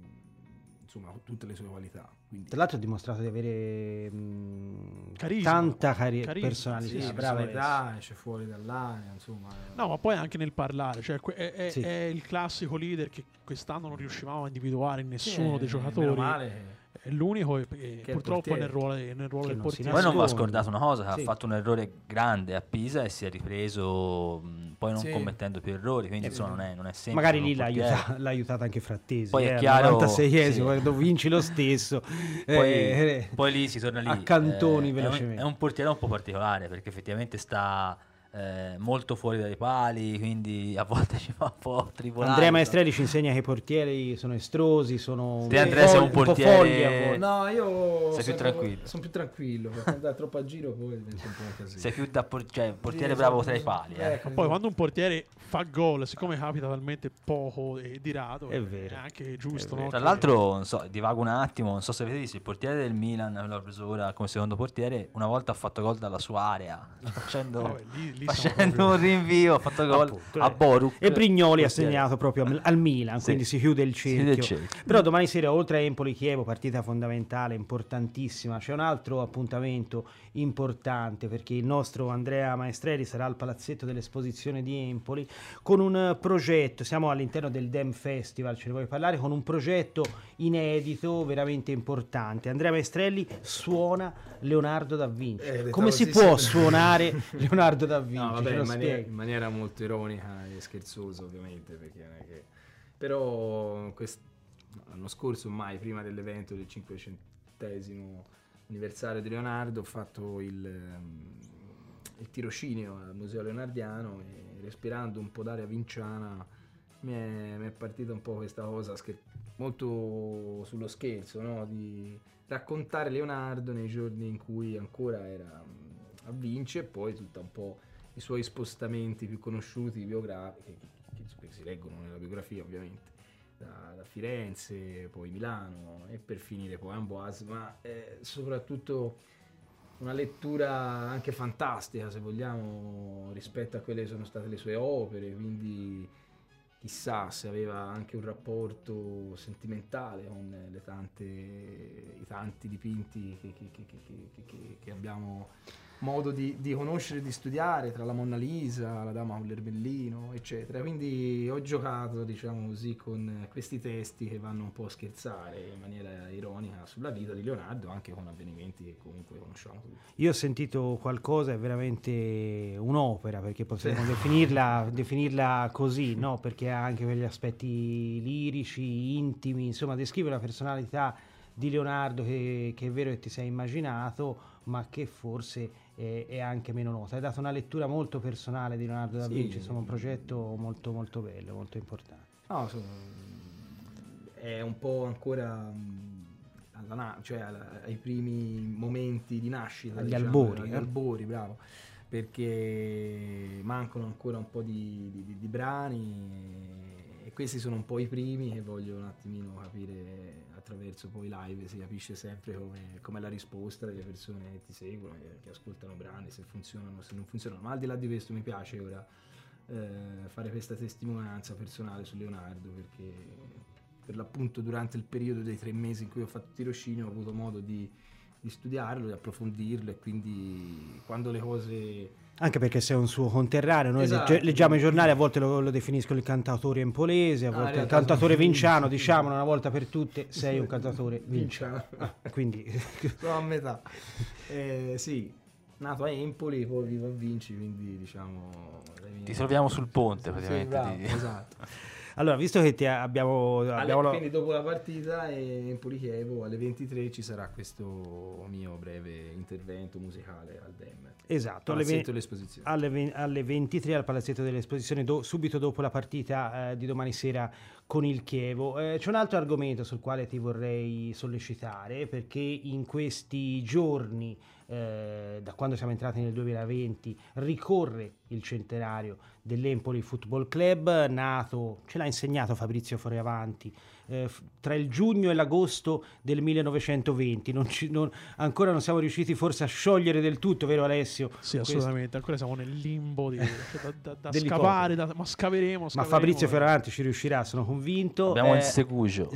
insomma, tutte le sue qualità. Quindi, tra l'altro ha dimostrato di avere mh, Carisma, tanta cari- carisma, personalità, sì, brava, personalità, esce fuori dall'area, insomma. No, ma poi anche nel parlare, cioè è, è, Sì. è il classico leader che quest'anno non riuscivamo a individuare in nessuno Sì, dei eh, giocatori. meno male È l'unico che, che Che è purtroppo è portiere. nel ruolo, nel ruolo Che del non si portiere. poi non va nasconde. scordato una cosa, che Sì. ha fatto un errore grande a Pisa e si è ripreso mh, poi non Sì. commettendo più errori, quindi Eh, insomma non è, non è semplice. magari per lì un l'ha, portiere. aiuta- l'ha aiutata anche Frattesi. Poi è eh, chiaro- al novantaseiesimo, sì. quando vinci lo stesso. Poi, eh, poi lì si torna lì a cantoni eh, è un- velocemente. È un, portiere un po' particolare perché effettivamente sta eh, molto fuori dai pali, quindi a volte ci fa un po' tribolare. Andrea Maestrelli ci insegna che i portieri sono estrosi, sono Te, Andrea, sei un po' portiere- folli a volte. No, io Sei più sono- tranquillo. Sono più tranquillo, perché andare troppo a giro poi diventa un po' un casino. Sei più da por- cioè, portiere Sì, bravo esatto, tra i pali. Eh. ecco, Poi quando un portiere fa gol, siccome capita talmente poco e di rado, È vero. anche giusto. È vero. no? Tra Che- l'altro, non so, divago un attimo, non so se avete visto, il portiere del Milan, l'ho preso ora come secondo portiere, una volta ha fatto gol dalla sua area, facendo, Vabbè, lì- lì siamo facendo proprio- un rinvio, ha fatto gol Appunto, a eh. Boruk. E Brignoli ha portiere. segnato proprio al- al Milan, Sì. quindi si chiude il Si chiude il cerchio. cerchio. Però domani sera, oltre a Empoli-Chievo, partita fondamentale, importantissima, c'è un altro appuntamento importante perché il nostro Andrea Maestrelli sarà al Palazzetto dell'Esposizione di Empoli con un eh, progetto, siamo all'interno del Dem Festival, ce ne vuoi parlare, con un progetto inedito veramente importante. Andrea Maestrelli suona Leonardo da Vinci. Eh, dettavo Come si sì, può sì. suonare Leonardo da Vinci? No, vabbè, Ce lo in maniera, spieghi? in maniera molto ironica e scherzosa, ovviamente, perché non è che... Però quest- l'anno scorso, mai prima dell'evento del cinquecentesimo anniversario di Leonardo, ho fatto il, il tirocinio al Museo Leonardiano e respirando un po' d'aria vinciana mi è, mi è partita un po' questa cosa scher- molto sullo scherzo, no? Di raccontare Leonardo nei giorni in cui ancora era a Vinci e poi tutta un po' i suoi spostamenti più conosciuti biografici che, che si leggono nella biografia ovviamente, da, da Firenze, poi Milano e per finire poi Amboise, ma eh, soprattutto una lettura anche fantastica, se vogliamo, rispetto a quelle che sono state le sue opere, quindi chissà se aveva anche un rapporto sentimentale con le tante, i tanti dipinti che, che, che, che, che, che abbiamo modo di, di conoscere e di studiare, tra la Monna Lisa, la Dama con l'Erbellino, eccetera. Quindi ho giocato, diciamo così, con questi testi che vanno un po' a scherzare in maniera ironica sulla vita di Leonardo, anche con avvenimenti che comunque conosciamo tutti. Io ho sentito qualcosa, è veramente un'opera, perché possiamo sì. definirla, definirla così, no? Perché ha anche quegli aspetti lirici, intimi, insomma descrive la personalità di Leonardo che, che è vero che ti sei immaginato, ma che forse è, è anche meno nota. Hai dato una lettura molto personale di Leonardo da Vinci, sì. insomma un progetto molto molto bello, molto importante. No, so, è un po' ancora alla, cioè alla, ai primi momenti di nascita, agli diciamo, albori, agli eh? albori, bravo, perché mancano ancora un po' di, di, di brani e questi sono un po' i primi che voglio un attimino capire. Attraverso poi live si capisce sempre come, come la risposta delle persone che ti seguono, che, che ascoltano brani, se funzionano, se non funzionano. Ma al di là di questo mi piace ora eh, fare questa testimonianza personale su Leonardo, perché per l'appunto durante il periodo dei tre mesi in cui ho fatto tirocinio ho avuto modo di, di studiarlo, di approfondirlo e quindi quando le cose... Anche perché sei un suo conterraneo, noi esatto. legge, leggiamo i giornali, a volte lo, lo definiscono il cantautore empolese, a volte ah, il cantautore vinciano, diciamolo una volta per tutte, sei un cantautore vinciano. Ah, quindi sono a metà. Eh, sì, nato a Empoli, poi vivo a Vinci, quindi diciamo... Ti troviamo sul ponte praticamente. Sì, bravo, di... esatto. Allora, visto che ti abbiamo... abbiamo Alle, quindi dopo la partita Empoli-Chievo alle ventitré ci sarà questo mio breve intervento musicale al D E M. Esatto, alle, ve- alle, alle ventitré al Palazzetto dell'Esposizione, do- subito dopo la partita eh, di domani sera con il Chievo. Eh, c'è un altro argomento sul quale ti vorrei sollecitare, perché in questi giorni, eh, da quando siamo entrati nel duemilaventi, ricorre il centenario dell'Empoli Football Club, nato, ce l'ha insegnato Fabrizio Fioravanti, eh, f- tra il giugno e l'agosto del millenovecentoventi. Non ci, non, ancora non siamo riusciti forse a sciogliere del tutto, vero Alessio? Sì, assolutamente, ancora siamo nel limbo di, da, da, da scavare, da, ma scaveremo, scaveremo. Ma Fabrizio Fioravanti ci riuscirà, sono convinto. Abbiamo eh, il Segugio.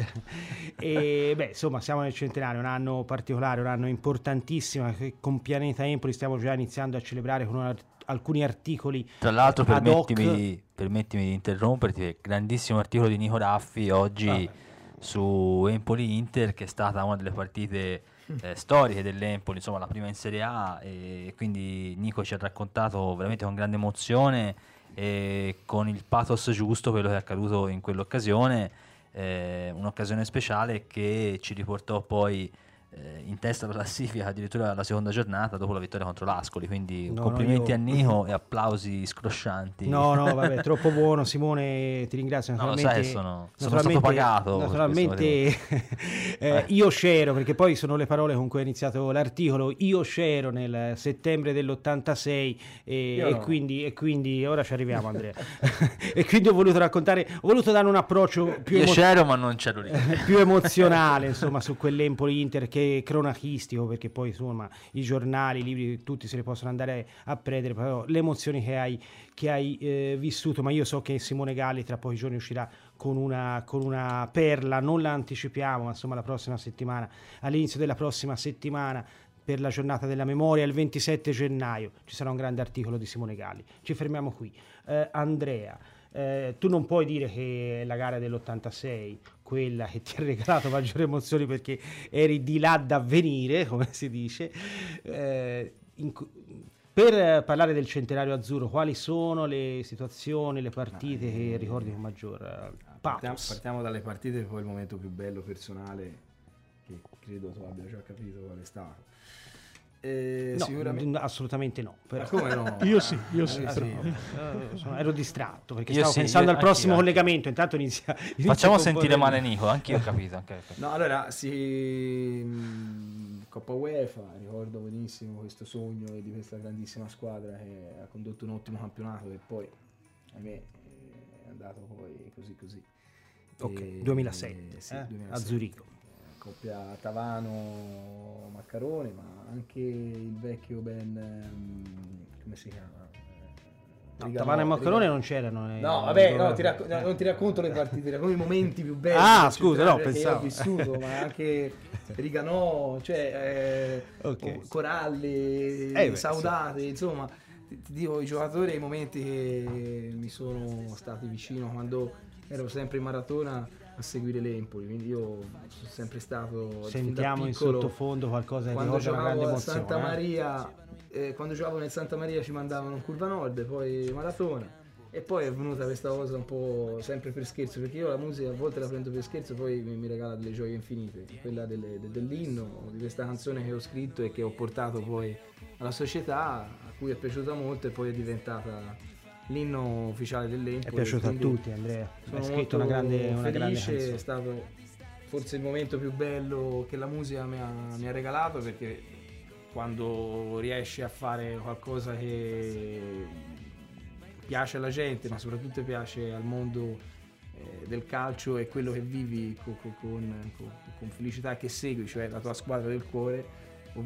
E beh, insomma, siamo nel centenario, un anno particolare, un anno importantissimo, che con Pianeta Empoli stiamo già iniziando a celebrare con una alcuni articoli. Tra l'altro permettimi, permettimi di interromperti, grandissimo articolo di Nico Raffi oggi ah. su Empoli Inter, che è stata una delle partite eh, storiche dell'Empoli, insomma la prima in Serie A, e quindi Nico ci ha raccontato veramente con grande emozione e con il pathos giusto quello che è accaduto in quell'occasione, eh, un'occasione speciale che ci riportò poi in testa alla classifica addirittura la seconda giornata dopo la vittoria contro l'Ascoli, quindi no, complimenti no, io... a Nico e applausi scroscianti. No, no, vabbè, troppo buono Simone, ti ringrazio. Naturalmente, no, lo sai, sono, sono stato pagato. Naturalmente eh, io c'ero, perché poi sono le parole con cui è iniziato l'articolo, io c'ero nel settembre dell'ottantasei e, e, no. quindi, e quindi ora ci arriviamo Andrea e quindi ho voluto raccontare, ho voluto dare un approccio più, io emo- c'ero ma non c'ero lì. più emozionale insomma su quell'Empoli Inter, che cronachistico, perché poi insomma i giornali, i libri tutti se li possono andare a prendere, però le emozioni che hai, che hai eh, vissuto. Ma io so che Simone Galli tra pochi giorni uscirà con una, con una perla, non la anticipiamo, ma insomma la prossima settimana, all'inizio della prossima settimana, per la giornata della memoria, il ventisette gennaio ci sarà un grande articolo di Simone Galli. Ci fermiamo qui. eh, Andrea, Eh, tu non puoi dire che la gara dell'ottantasei, quella che ti ha regalato maggiori emozioni perché eri di là da venire, come si dice, eh, in, per parlare del centenario azzurro, quali sono le situazioni, le partite ah, che ricordi con maggior uh, partiamo, partiamo dalle partite, poi il momento più bello personale che, che credo tu abbia già capito qual è stato. Eh, No, sicuramente... assolutamente no. Però. Ma come no? Io sì, io sì. Eh, però. Eh, sono- ero distratto perché Io stavo sì, pensando io- al prossimo anch'io, collegamento. Intanto inizia, inizia Facciamo con sentire Bodelli. male Nico, anche io ho capito. Anche, No, allora, sì, mh, Coppa UEFA, ricordo benissimo questo sogno di questa grandissima squadra che ha condotto un ottimo campionato e poi, ahimè, è andato poi così così. Ok, E- duemilasette, sì, eh, duemilasette. a Zurigo. Coppia Tavano-Maccarone, ma anche il vecchio Ben, ehm, come si chiama? No, Riganò- Tavano e Maccarone Riganò- non c'erano. eh, No, vabbè, dove- no, ti racco- no, non ti racconto le partite, ti racconto i momenti più belli. Ah, del scusa, centenario no, che pensavo. ho vissuto, ma anche Riganò, cioè eh, Ok. Coralli, Eh, beh, Saudate, insomma, ti, ti dico i giocatori e i momenti che mi sono stati vicino quando ero sempre in maratona a seguire l'Empoli, quindi io sono sempre stato fin da Sentiamo in piccolo, sottofondo qualcosa che quando ricorda una grande giocavo a emozione. Santa eh. Maria, eh, quando giocavo nel Santa Maria ci mandavano in Curva Nord, poi maratona. E poi è venuta questa cosa un po' sempre per scherzo, perché io la musica a volte la prendo per scherzo, poi mi, mi regala delle gioie infinite. Quella delle- de- dell'inno, di questa canzone che ho scritto e che ho portato poi alla società, a cui è piaciuta molto e poi è diventata l'inno ufficiale dell'Empoli. È piaciuto a quindi tutti, Andrea. sono Hai scritto molto una grande, una grande felice, è canzone. stato forse il momento più bello che la musica mi ha, mi ha regalato, perché quando riesci a fare qualcosa che piace alla gente, ma soprattutto piace al mondo eh, del calcio e quello che vivi co- co- con, con- con felicità, che segui, cioè la tua squadra del cuore,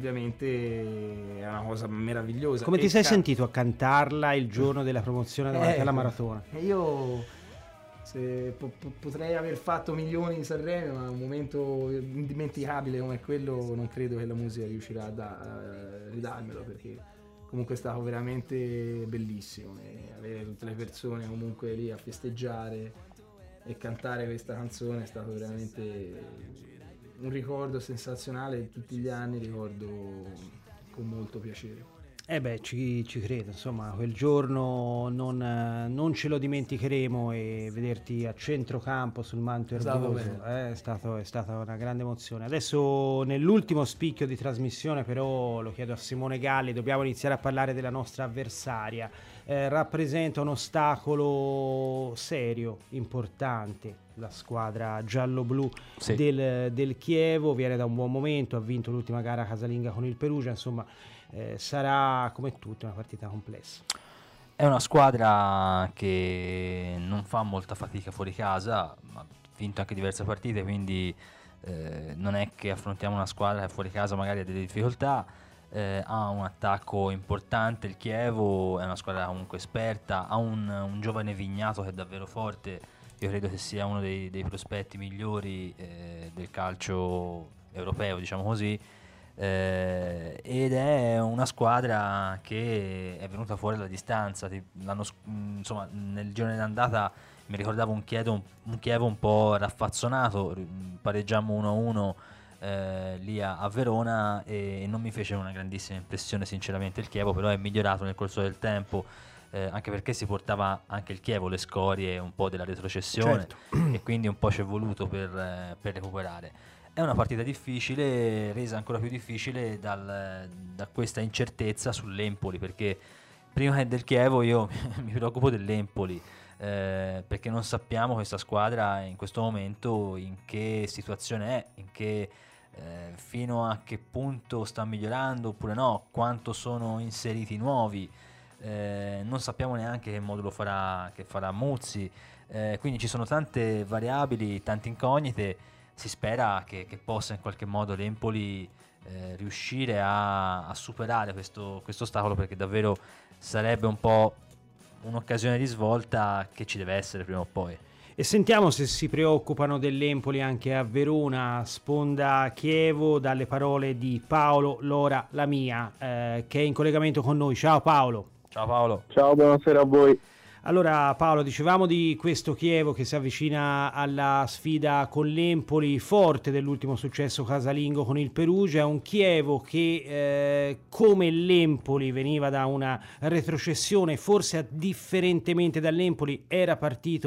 ovviamente è una cosa meravigliosa. Come ti E sei ca- sentito a cantarla il giorno della promozione davanti alla Ecco, maratona? e io se po- po- potrei aver fatto milioni di Sanremo, ma un momento indimenticabile come quello non credo che la musica riuscirà a, da- a ridarmelo, perché comunque è stato veramente bellissimo e avere tutte le persone comunque lì a festeggiare e cantare questa canzone è stato veramente un ricordo sensazionale. Tutti gli anni ricordo con molto piacere. Eh beh, ci, ci credo, insomma, quel giorno non, eh, non ce lo dimenticheremo, e vederti a centrocampo sul manto È stato erboso bello. eh, è, stato- è stata una grande emozione. Adesso nell'ultimo spicchio di trasmissione però lo chiedo a Simone Galli, dobbiamo iniziare a parlare della nostra avversaria. Eh, rappresenta un ostacolo serio, importante, la squadra giallo-blu Sì. del, del Chievo, viene da un buon momento, ha vinto l'ultima gara casalinga con il Perugia, insomma eh, sarà come tutte una partita complessa. È una squadra che non fa molta fatica fuori casa, ha vinto anche diverse partite, quindi eh, non è che affrontiamo una squadra che fuori casa magari ha delle difficoltà. Eh, ha un attacco importante, il Chievo è una squadra comunque esperta, ha un, un giovane Vignato che è davvero forte, io credo che sia uno dei, dei prospetti migliori eh, del calcio europeo, diciamo così. Eh, ed è una squadra che è venuta fuori alla distanza. Ti- l'anno sc- mh, insomma, nel giorno d'andata mi ricordavo un Chievo un, Chievo un po' raffazzonato, ri- pareggiamo uno a uno eh, lì a, a Verona, e non mi fece una grandissima impressione sinceramente il Chievo, però è migliorato nel corso del tempo, eh, anche perché si portava anche il Chievo le scorie un po' della retrocessione, Certo. e quindi un po' ci è voluto per, eh, per recuperare. È una partita difficile, resa ancora più difficile dal- da questa incertezza sull'Empoli, perché prima che del Chievo io mi preoccupo dell'Empoli, eh, perché non sappiamo questa squadra in questo momento in che situazione è, in che, eh, fino a che punto sta migliorando oppure no, quanto sono inseriti nuovi, eh, non sappiamo neanche che modulo farà, che farà Muzzi, eh, quindi ci sono tante variabili, tante incognite. Si spera che, che possa in qualche modo l'Empoli eh, riuscire a, a superare questo, questo ostacolo, perché davvero sarebbe un po' un'occasione di svolta che ci deve essere prima o poi. E sentiamo se si preoccupano dell'Empoli anche a Verona, sponda Chievo, dalle parole di Paolo Lora Lamia, eh, che è in collegamento con noi. Ciao Paolo. Ciao Paolo. Ciao, buonasera a voi. Allora Paolo, dicevamo di questo Chievo che si avvicina alla sfida con l'Empoli, forte dell'ultimo successo casalingo con il Perugia. È un Chievo che eh, come l'Empoli veniva da una retrocessione, forse differentemente dall'Empoli era partito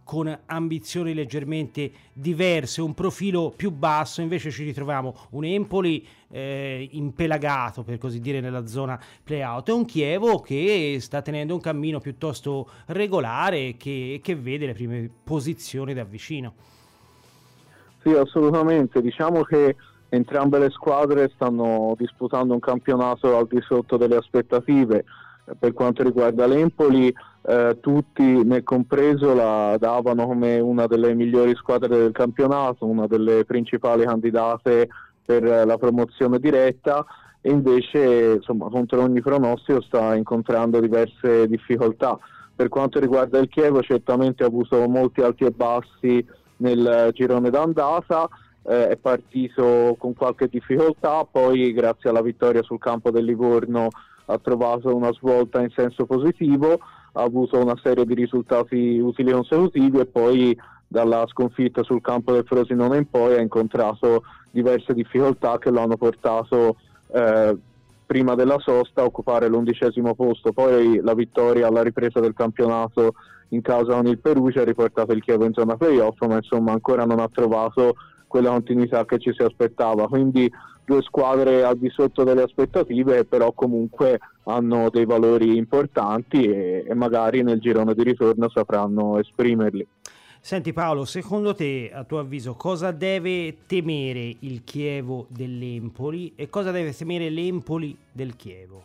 con ambizioni leggermente diverse, un profilo più basso. Invece ci ritroviamo un Empoli eh, impelagato, per così dire, nella zona play-out, e un Chievo che sta tenendo un cammino piuttosto regolare, che, che vede le prime posizioni da vicino. Sì, assolutamente. Diciamo che entrambe le squadre stanno disputando un campionato al di sotto delle aspettative. Per quanto riguarda l'Empoli, eh, tutti, me compreso, la davano come una delle migliori squadre del campionato, una delle principali candidate per la promozione diretta, e invece, insomma, contro ogni pronostico sta incontrando diverse difficoltà. Per quanto riguarda il Chievo, certamente ha avuto molti alti e bassi nel girone d'andata, eh, è partito con qualche difficoltà, poi grazie alla vittoria sul campo del Livorno ha trovato una svolta in senso positivo, ha avuto una serie di risultati utili consecutivi, e poi dalla sconfitta sul campo del Frosinone in poi ha incontrato diverse difficoltà che lo hanno portato eh, prima della sosta a occupare l'undicesimo posto. Poi la vittoria alla ripresa del campionato in casa con il Perugia ha riportato il Chievo in zona playoff, ma insomma ancora non ha trovato quella continuità che ci si aspettava. Quindi due squadre al di sotto delle aspettative, però comunque hanno dei valori importanti e, e magari nel girone di ritorno sapranno esprimerli. Senti Paolo, secondo te, a tuo avviso, cosa deve temere il Chievo dell'Empoli e cosa deve temere l'Empoli del Chievo?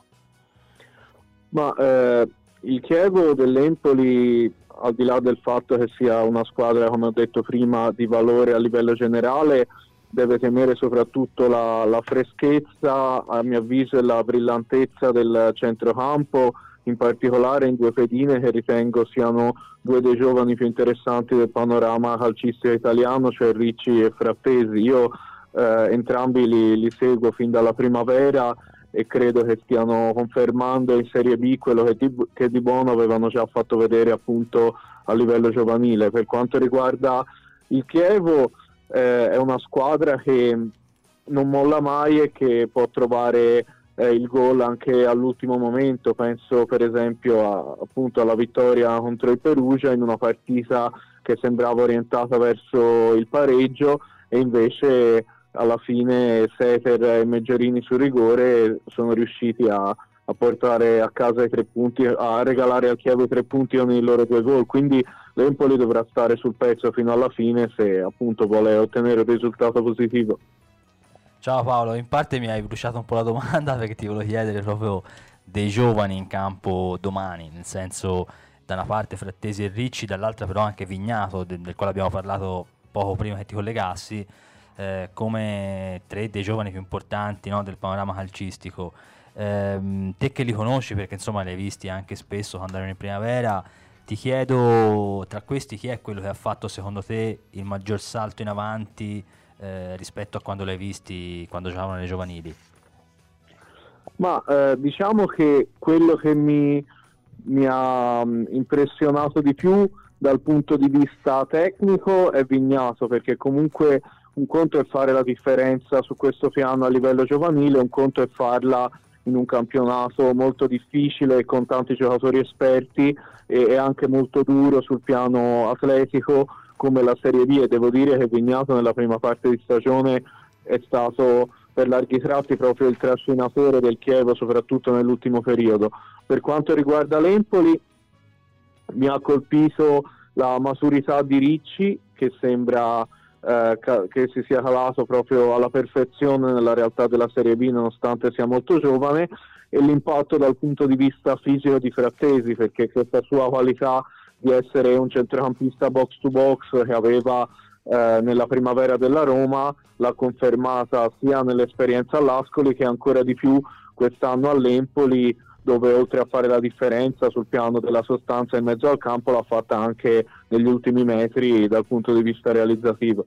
Ma eh, il Chievo dell'Empoli, al di là del fatto che sia una squadra, come ho detto prima, di valore a livello generale, deve temere soprattutto la, la freschezza, a mio avviso, e la brillantezza del centrocampo, in particolare in due pedine che ritengo siano due dei giovani più interessanti del panorama calcistico italiano, cioè Ricci e Frattesi. Io eh, entrambi li, li seguo fin dalla primavera e credo che stiano confermando in Serie B quello che di, che di buono avevano già fatto vedere appunto a livello giovanile. Per quanto riguarda il Chievo, eh, è una squadra che non molla mai e che può trovare eh, il gol anche all'ultimo momento. Penso per esempio a, appunto alla vittoria contro il Perugia in una partita che sembrava orientata verso il pareggio, e invece alla fine Seter e Meggiorini sul rigore sono riusciti a, a portare a casa i tre punti, a regalare al Chievo i tre punti con i loro due gol. Quindi l'Empoli dovrà stare sul pezzo fino alla fine se appunto vuole ottenere un risultato positivo. Ciao Paolo, in parte mi hai bruciato un po' la domanda perché ti volevo chiedere proprio dei giovani in campo domani, nel senso da una parte Frattesi e Ricci, dall'altra però anche Vignato, del, del quale abbiamo parlato poco prima che ti collegassi, eh, come tre dei giovani più importanti, no, del panorama calcistico. Eh, te che li conosci, perché insomma li hai visti anche spesso quando erano in primavera, ti chiedo, tra questi chi è quello che ha fatto secondo te il maggior salto in avanti eh, rispetto a quando li hai visti quando giocavano nelle giovanili? Ma eh, diciamo che quello che mi, mi ha impressionato di più dal punto di vista tecnico è Vignato, perché comunque un conto è fare la differenza su questo piano a livello giovanile, un conto è farla in un campionato molto difficile con tanti giocatori esperti e, e anche molto duro sul piano atletico come la Serie B, e devo dire che Vignato nella prima parte di stagione è stato per larghi tratti proprio il trascinatore del Chievo, soprattutto nell'ultimo periodo. Per quanto riguarda l'Empoli, mi ha colpito la maturità di Ricci, che sembra eh, ca- che si sia calato proprio alla perfezione nella realtà della Serie B nonostante sia molto giovane, e l'impatto dal punto di vista fisico di Frattesi, perché questa sua qualità di essere un centrocampista box to box che aveva eh, nella primavera della Roma l'ha confermata sia nell'esperienza all'Ascoli che ancora di più quest'anno all'Empoli, dove oltre a fare la differenza sul piano della sostanza in mezzo al campo l'ha fatta anche negli ultimi metri dal punto di vista realizzativo.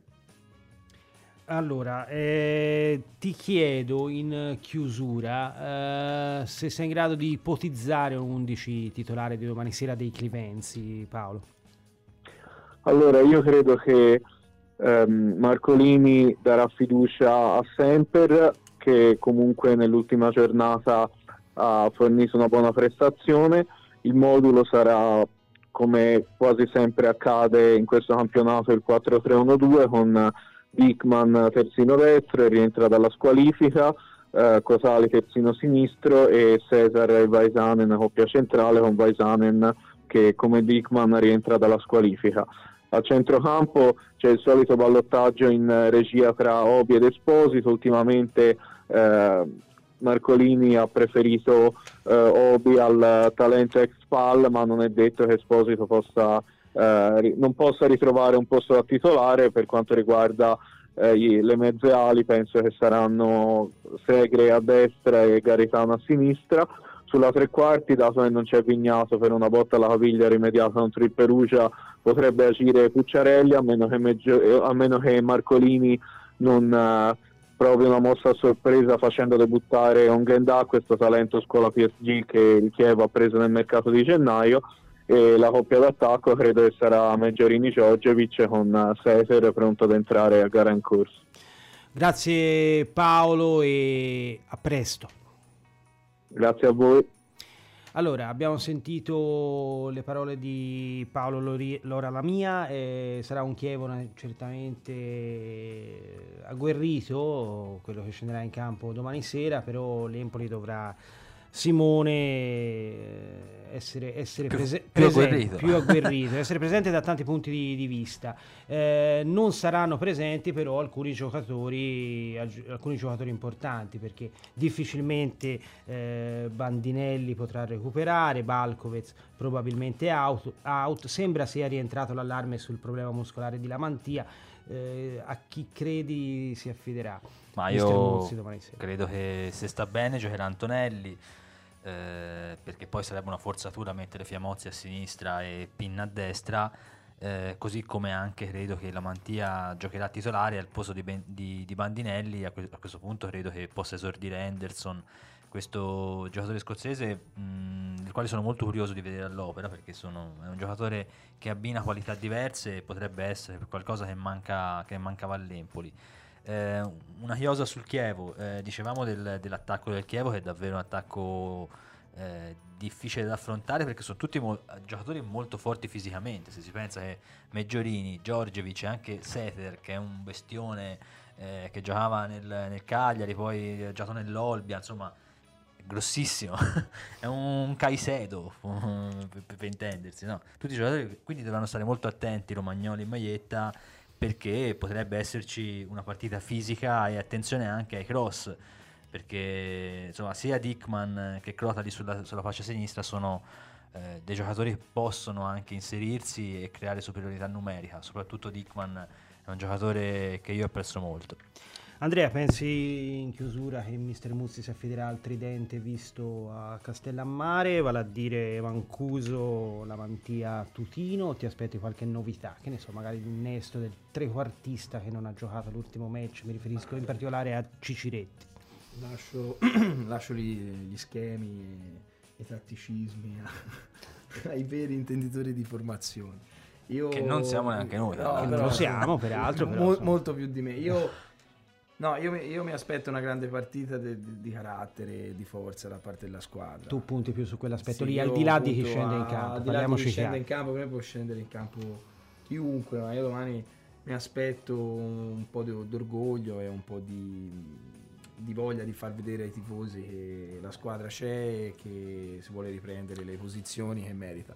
Allora, eh, ti chiedo in chiusura eh, se sei in grado di ipotizzare un undici titolare di domani sera dei Clivenzi, Paolo. Allora, io credo che ehm, Marcolini darà fiducia a Semper, che comunque nell'ultima giornata ha fornito una buona prestazione. Il modulo sarà come quasi sempre accade in questo campionato, il quattro tre uno due con Dickman terzino destro e rientra dalla squalifica, eh, Cosali terzino sinistro e Cesar e Vaisanen coppia centrale, con Vaisanen che come Dickman rientra dalla squalifica. A centrocampo c'è il solito ballottaggio in regia tra Obi ed Esposito. Ultimamente eh, Marcolini ha preferito eh, Obi al talento ex Pal, ma non è detto che Esposito possa eh, non possa ritrovare un posto da titolare. Per quanto riguarda eh, i, le mezze ali, penso che saranno Segre a destra e Garitano a sinistra. Sulla tre quarti, dato che non c'è Vignato per una botta alla caviglia rimediata contro il Perugia, potrebbe agire Pucciarelli, a meno che, Meggio, a meno che Marcolini non eh, provi una mossa a sorpresa facendo debuttare Onghenda, questo talento scuola P S G che il Chievo ha preso nel mercato di gennaio. E la coppia d'attacco credo che sarà Meggiorini-Giorgevic con Seser pronto ad entrare a gara in corso. Grazie Paolo e a presto. Grazie a voi. Allora, abbiamo sentito le parole di Paolo Lori- Lora Lamia, eh, sarà un Chievo certamente agguerrito, quello che scenderà in campo domani sera, però l'Empoli dovrà, Simone, essere, essere più, prese- più presente, agguerrito. più agguerrito, essere presente da tanti punti di, di vista. Eh, non saranno presenti però alcuni giocatori, alcuni giocatori importanti, perché difficilmente eh, Bandinelli potrà recuperare, Balkovec probabilmente out, out. Sembra sia rientrato l'allarme sul problema muscolare di Lamantia. Eh, a chi credi si affiderà? Ma Mister io Muzzi domani sera. credo che se sta bene giocherà Antonelli, eh, perché poi sarebbe una forzatura mettere Fiamozzi a sinistra e Pinna a destra, eh, così come anche credo che la Mantia giocherà titolare al posto di, ben, di, di Bandinelli. A, que- a questo punto credo che possa esordire Henderson, questo giocatore scozzese mh, del quale sono molto curioso di vedere all'opera, perché sono, è un giocatore che abbina qualità diverse e potrebbe essere qualcosa che, manca, che mancava all'Empoli. Eh, una chiosa sul Chievo, eh, dicevamo del, dell'attacco del Chievo, che è davvero un attacco eh, difficile da affrontare, perché sono tutti mo- giocatori molto forti fisicamente. Se si pensa che Meggiorini, Giorgevic e anche Seter, che è un bestione eh, che giocava nel, nel Cagliari, poi ha giocato nell'Olbia, insomma grossissimo, è un Caicedo per, per intendersi, no? Tutti i giocatori, quindi dovranno stare molto attenti Romagnoli in maglietta, perché potrebbe esserci una partita fisica, e attenzione anche ai cross, perché insomma sia Dickman che Crotali sulla, sulla fascia sinistra sono eh, dei giocatori che possono anche inserirsi e creare superiorità numerica. Soprattutto Dickman è un giocatore che io apprezzo molto. Andrea, pensi in chiusura che Mister Muzzi si affiderà al tridente visto a Castellammare, vale a dire Mancuso, Lamantia, Tutino? Ti aspetti qualche novità? Che ne so, magari l'innesto del trequartista che non ha giocato l'ultimo match, mi riferisco in particolare a Ciciretti. Lascio, lascio gli, gli schemi e i tatticismi ai veri intenditori di formazione. Io, che non siamo neanche noi. No, non però, lo siamo, peraltro. Però, mo, molto più di me. Io... No, io, io mi aspetto una grande partita de, de, di carattere e di forza da parte della squadra. Tu punti più su quell'aspetto sì, lì, al di là di chi punto scende a, in campo. Al di là di chi scende chiaro. in campo, per me può scendere in campo chiunque, ma io domani mi aspetto un po' di, d'orgoglio e un po' di, di voglia di far vedere ai tifosi che la squadra c'è e che si vuole riprendere le posizioni che merita.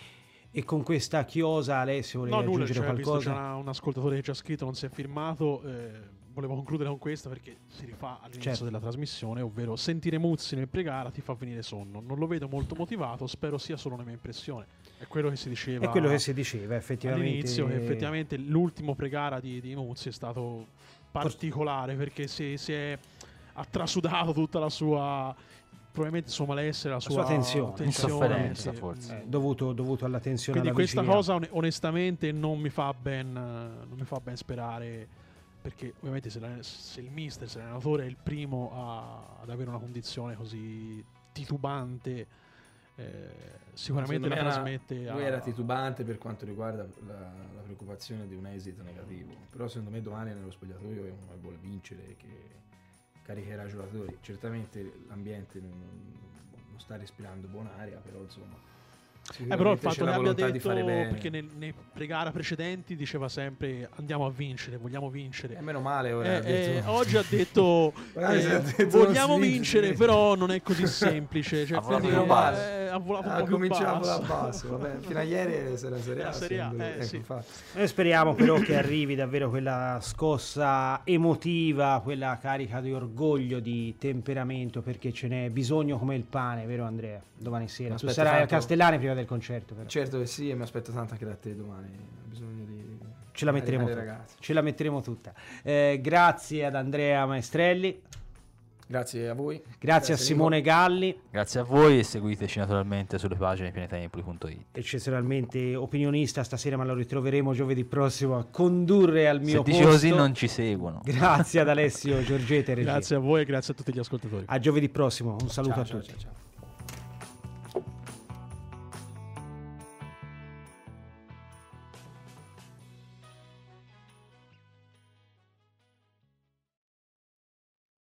E con questa chiosa, Alessio, volevi no, nulla, aggiungere cioè, qualcosa? Visto c'è un ascoltatore che ci ha scritto, non si è firmato, eh, volevo concludere con questa perché si rifà all'inizio certo. della trasmissione, ovvero sentire Muzzi nel pregara ti fa venire sonno. Non lo vedo molto motivato, spero sia solo una mia impressione. È quello che si diceva. È quello che si diceva, effettivamente. All'inizio, che effettivamente l'ultimo pregara di, di Muzzi è stato particolare, perché si, si è ha trasudato tutta la sua... probabilmente il suo malessere, la sua, la sua tensione, tensione insofferenza, sì. forse. Eh, dovuto, dovuto alla tensione. Quindi alla questa vigilia. cosa on- onestamente non mi fa ben non mi fa ben sperare, perché ovviamente se, la, se il mister, se l'allenatore è il primo a, ad avere una condizione così titubante, eh, sicuramente la era, trasmette a... lui era titubante per quanto riguarda la, la preoccupazione di un esito negativo, però secondo me domani nello spogliatoio è uno che vuole vincere, che caricherà i giocatori. Certamente l'ambiente non, non sta respirando buon'aria, però insomma Eh, però il Sicuramente c'è fatto la che abbia volontà di detto, fare bene. perché nel- nei pre-gara precedenti diceva sempre andiamo a vincere, vogliamo vincere. E meno male ora Eh, ha detto- eh, oggi ha detto, Magari se eh, ha detto non vogliamo si vince, vincere, si vince. però non è così semplice. Cioè, Ha volato quindi, più basso. eh, ha volato un Ah, po' più cominciamo da basso. basso, vabbè. Fino a ieri se la Serie A, La Serie A, secondo me. eh, Ecco, sì. infatti. Noi speriamo però che arrivi davvero quella scossa emotiva, quella carica di orgoglio, di temperamento, perché ce n'è bisogno come il pane, vero Andrea? Domani sera. Mi Tu aspetto sarai a tanto- Castellani prima del concerto, però. Certo che sì, e mi aspetto tanto anche da te domani. Ho bisogno di... Ce la metteremo alle tutta. ragazze. Ce la metteremo tutta. Eh, grazie ad Andrea Maestrelli, Grazie a voi. grazie a Simone Galli, Grazie a voi e seguiteci naturalmente sulle pagine pianetempoli punto it. eccezionalmente opinionista stasera, ma lo ritroveremo giovedì prossimo a condurre al mio Se dici posto. così non ci seguono. Grazie ad Alessio Giorgete, regia. Grazie a voi e grazie a tutti gli ascoltatori. A giovedì prossimo, un saluto Ciao, a ciao, tutti. ciao, ciao.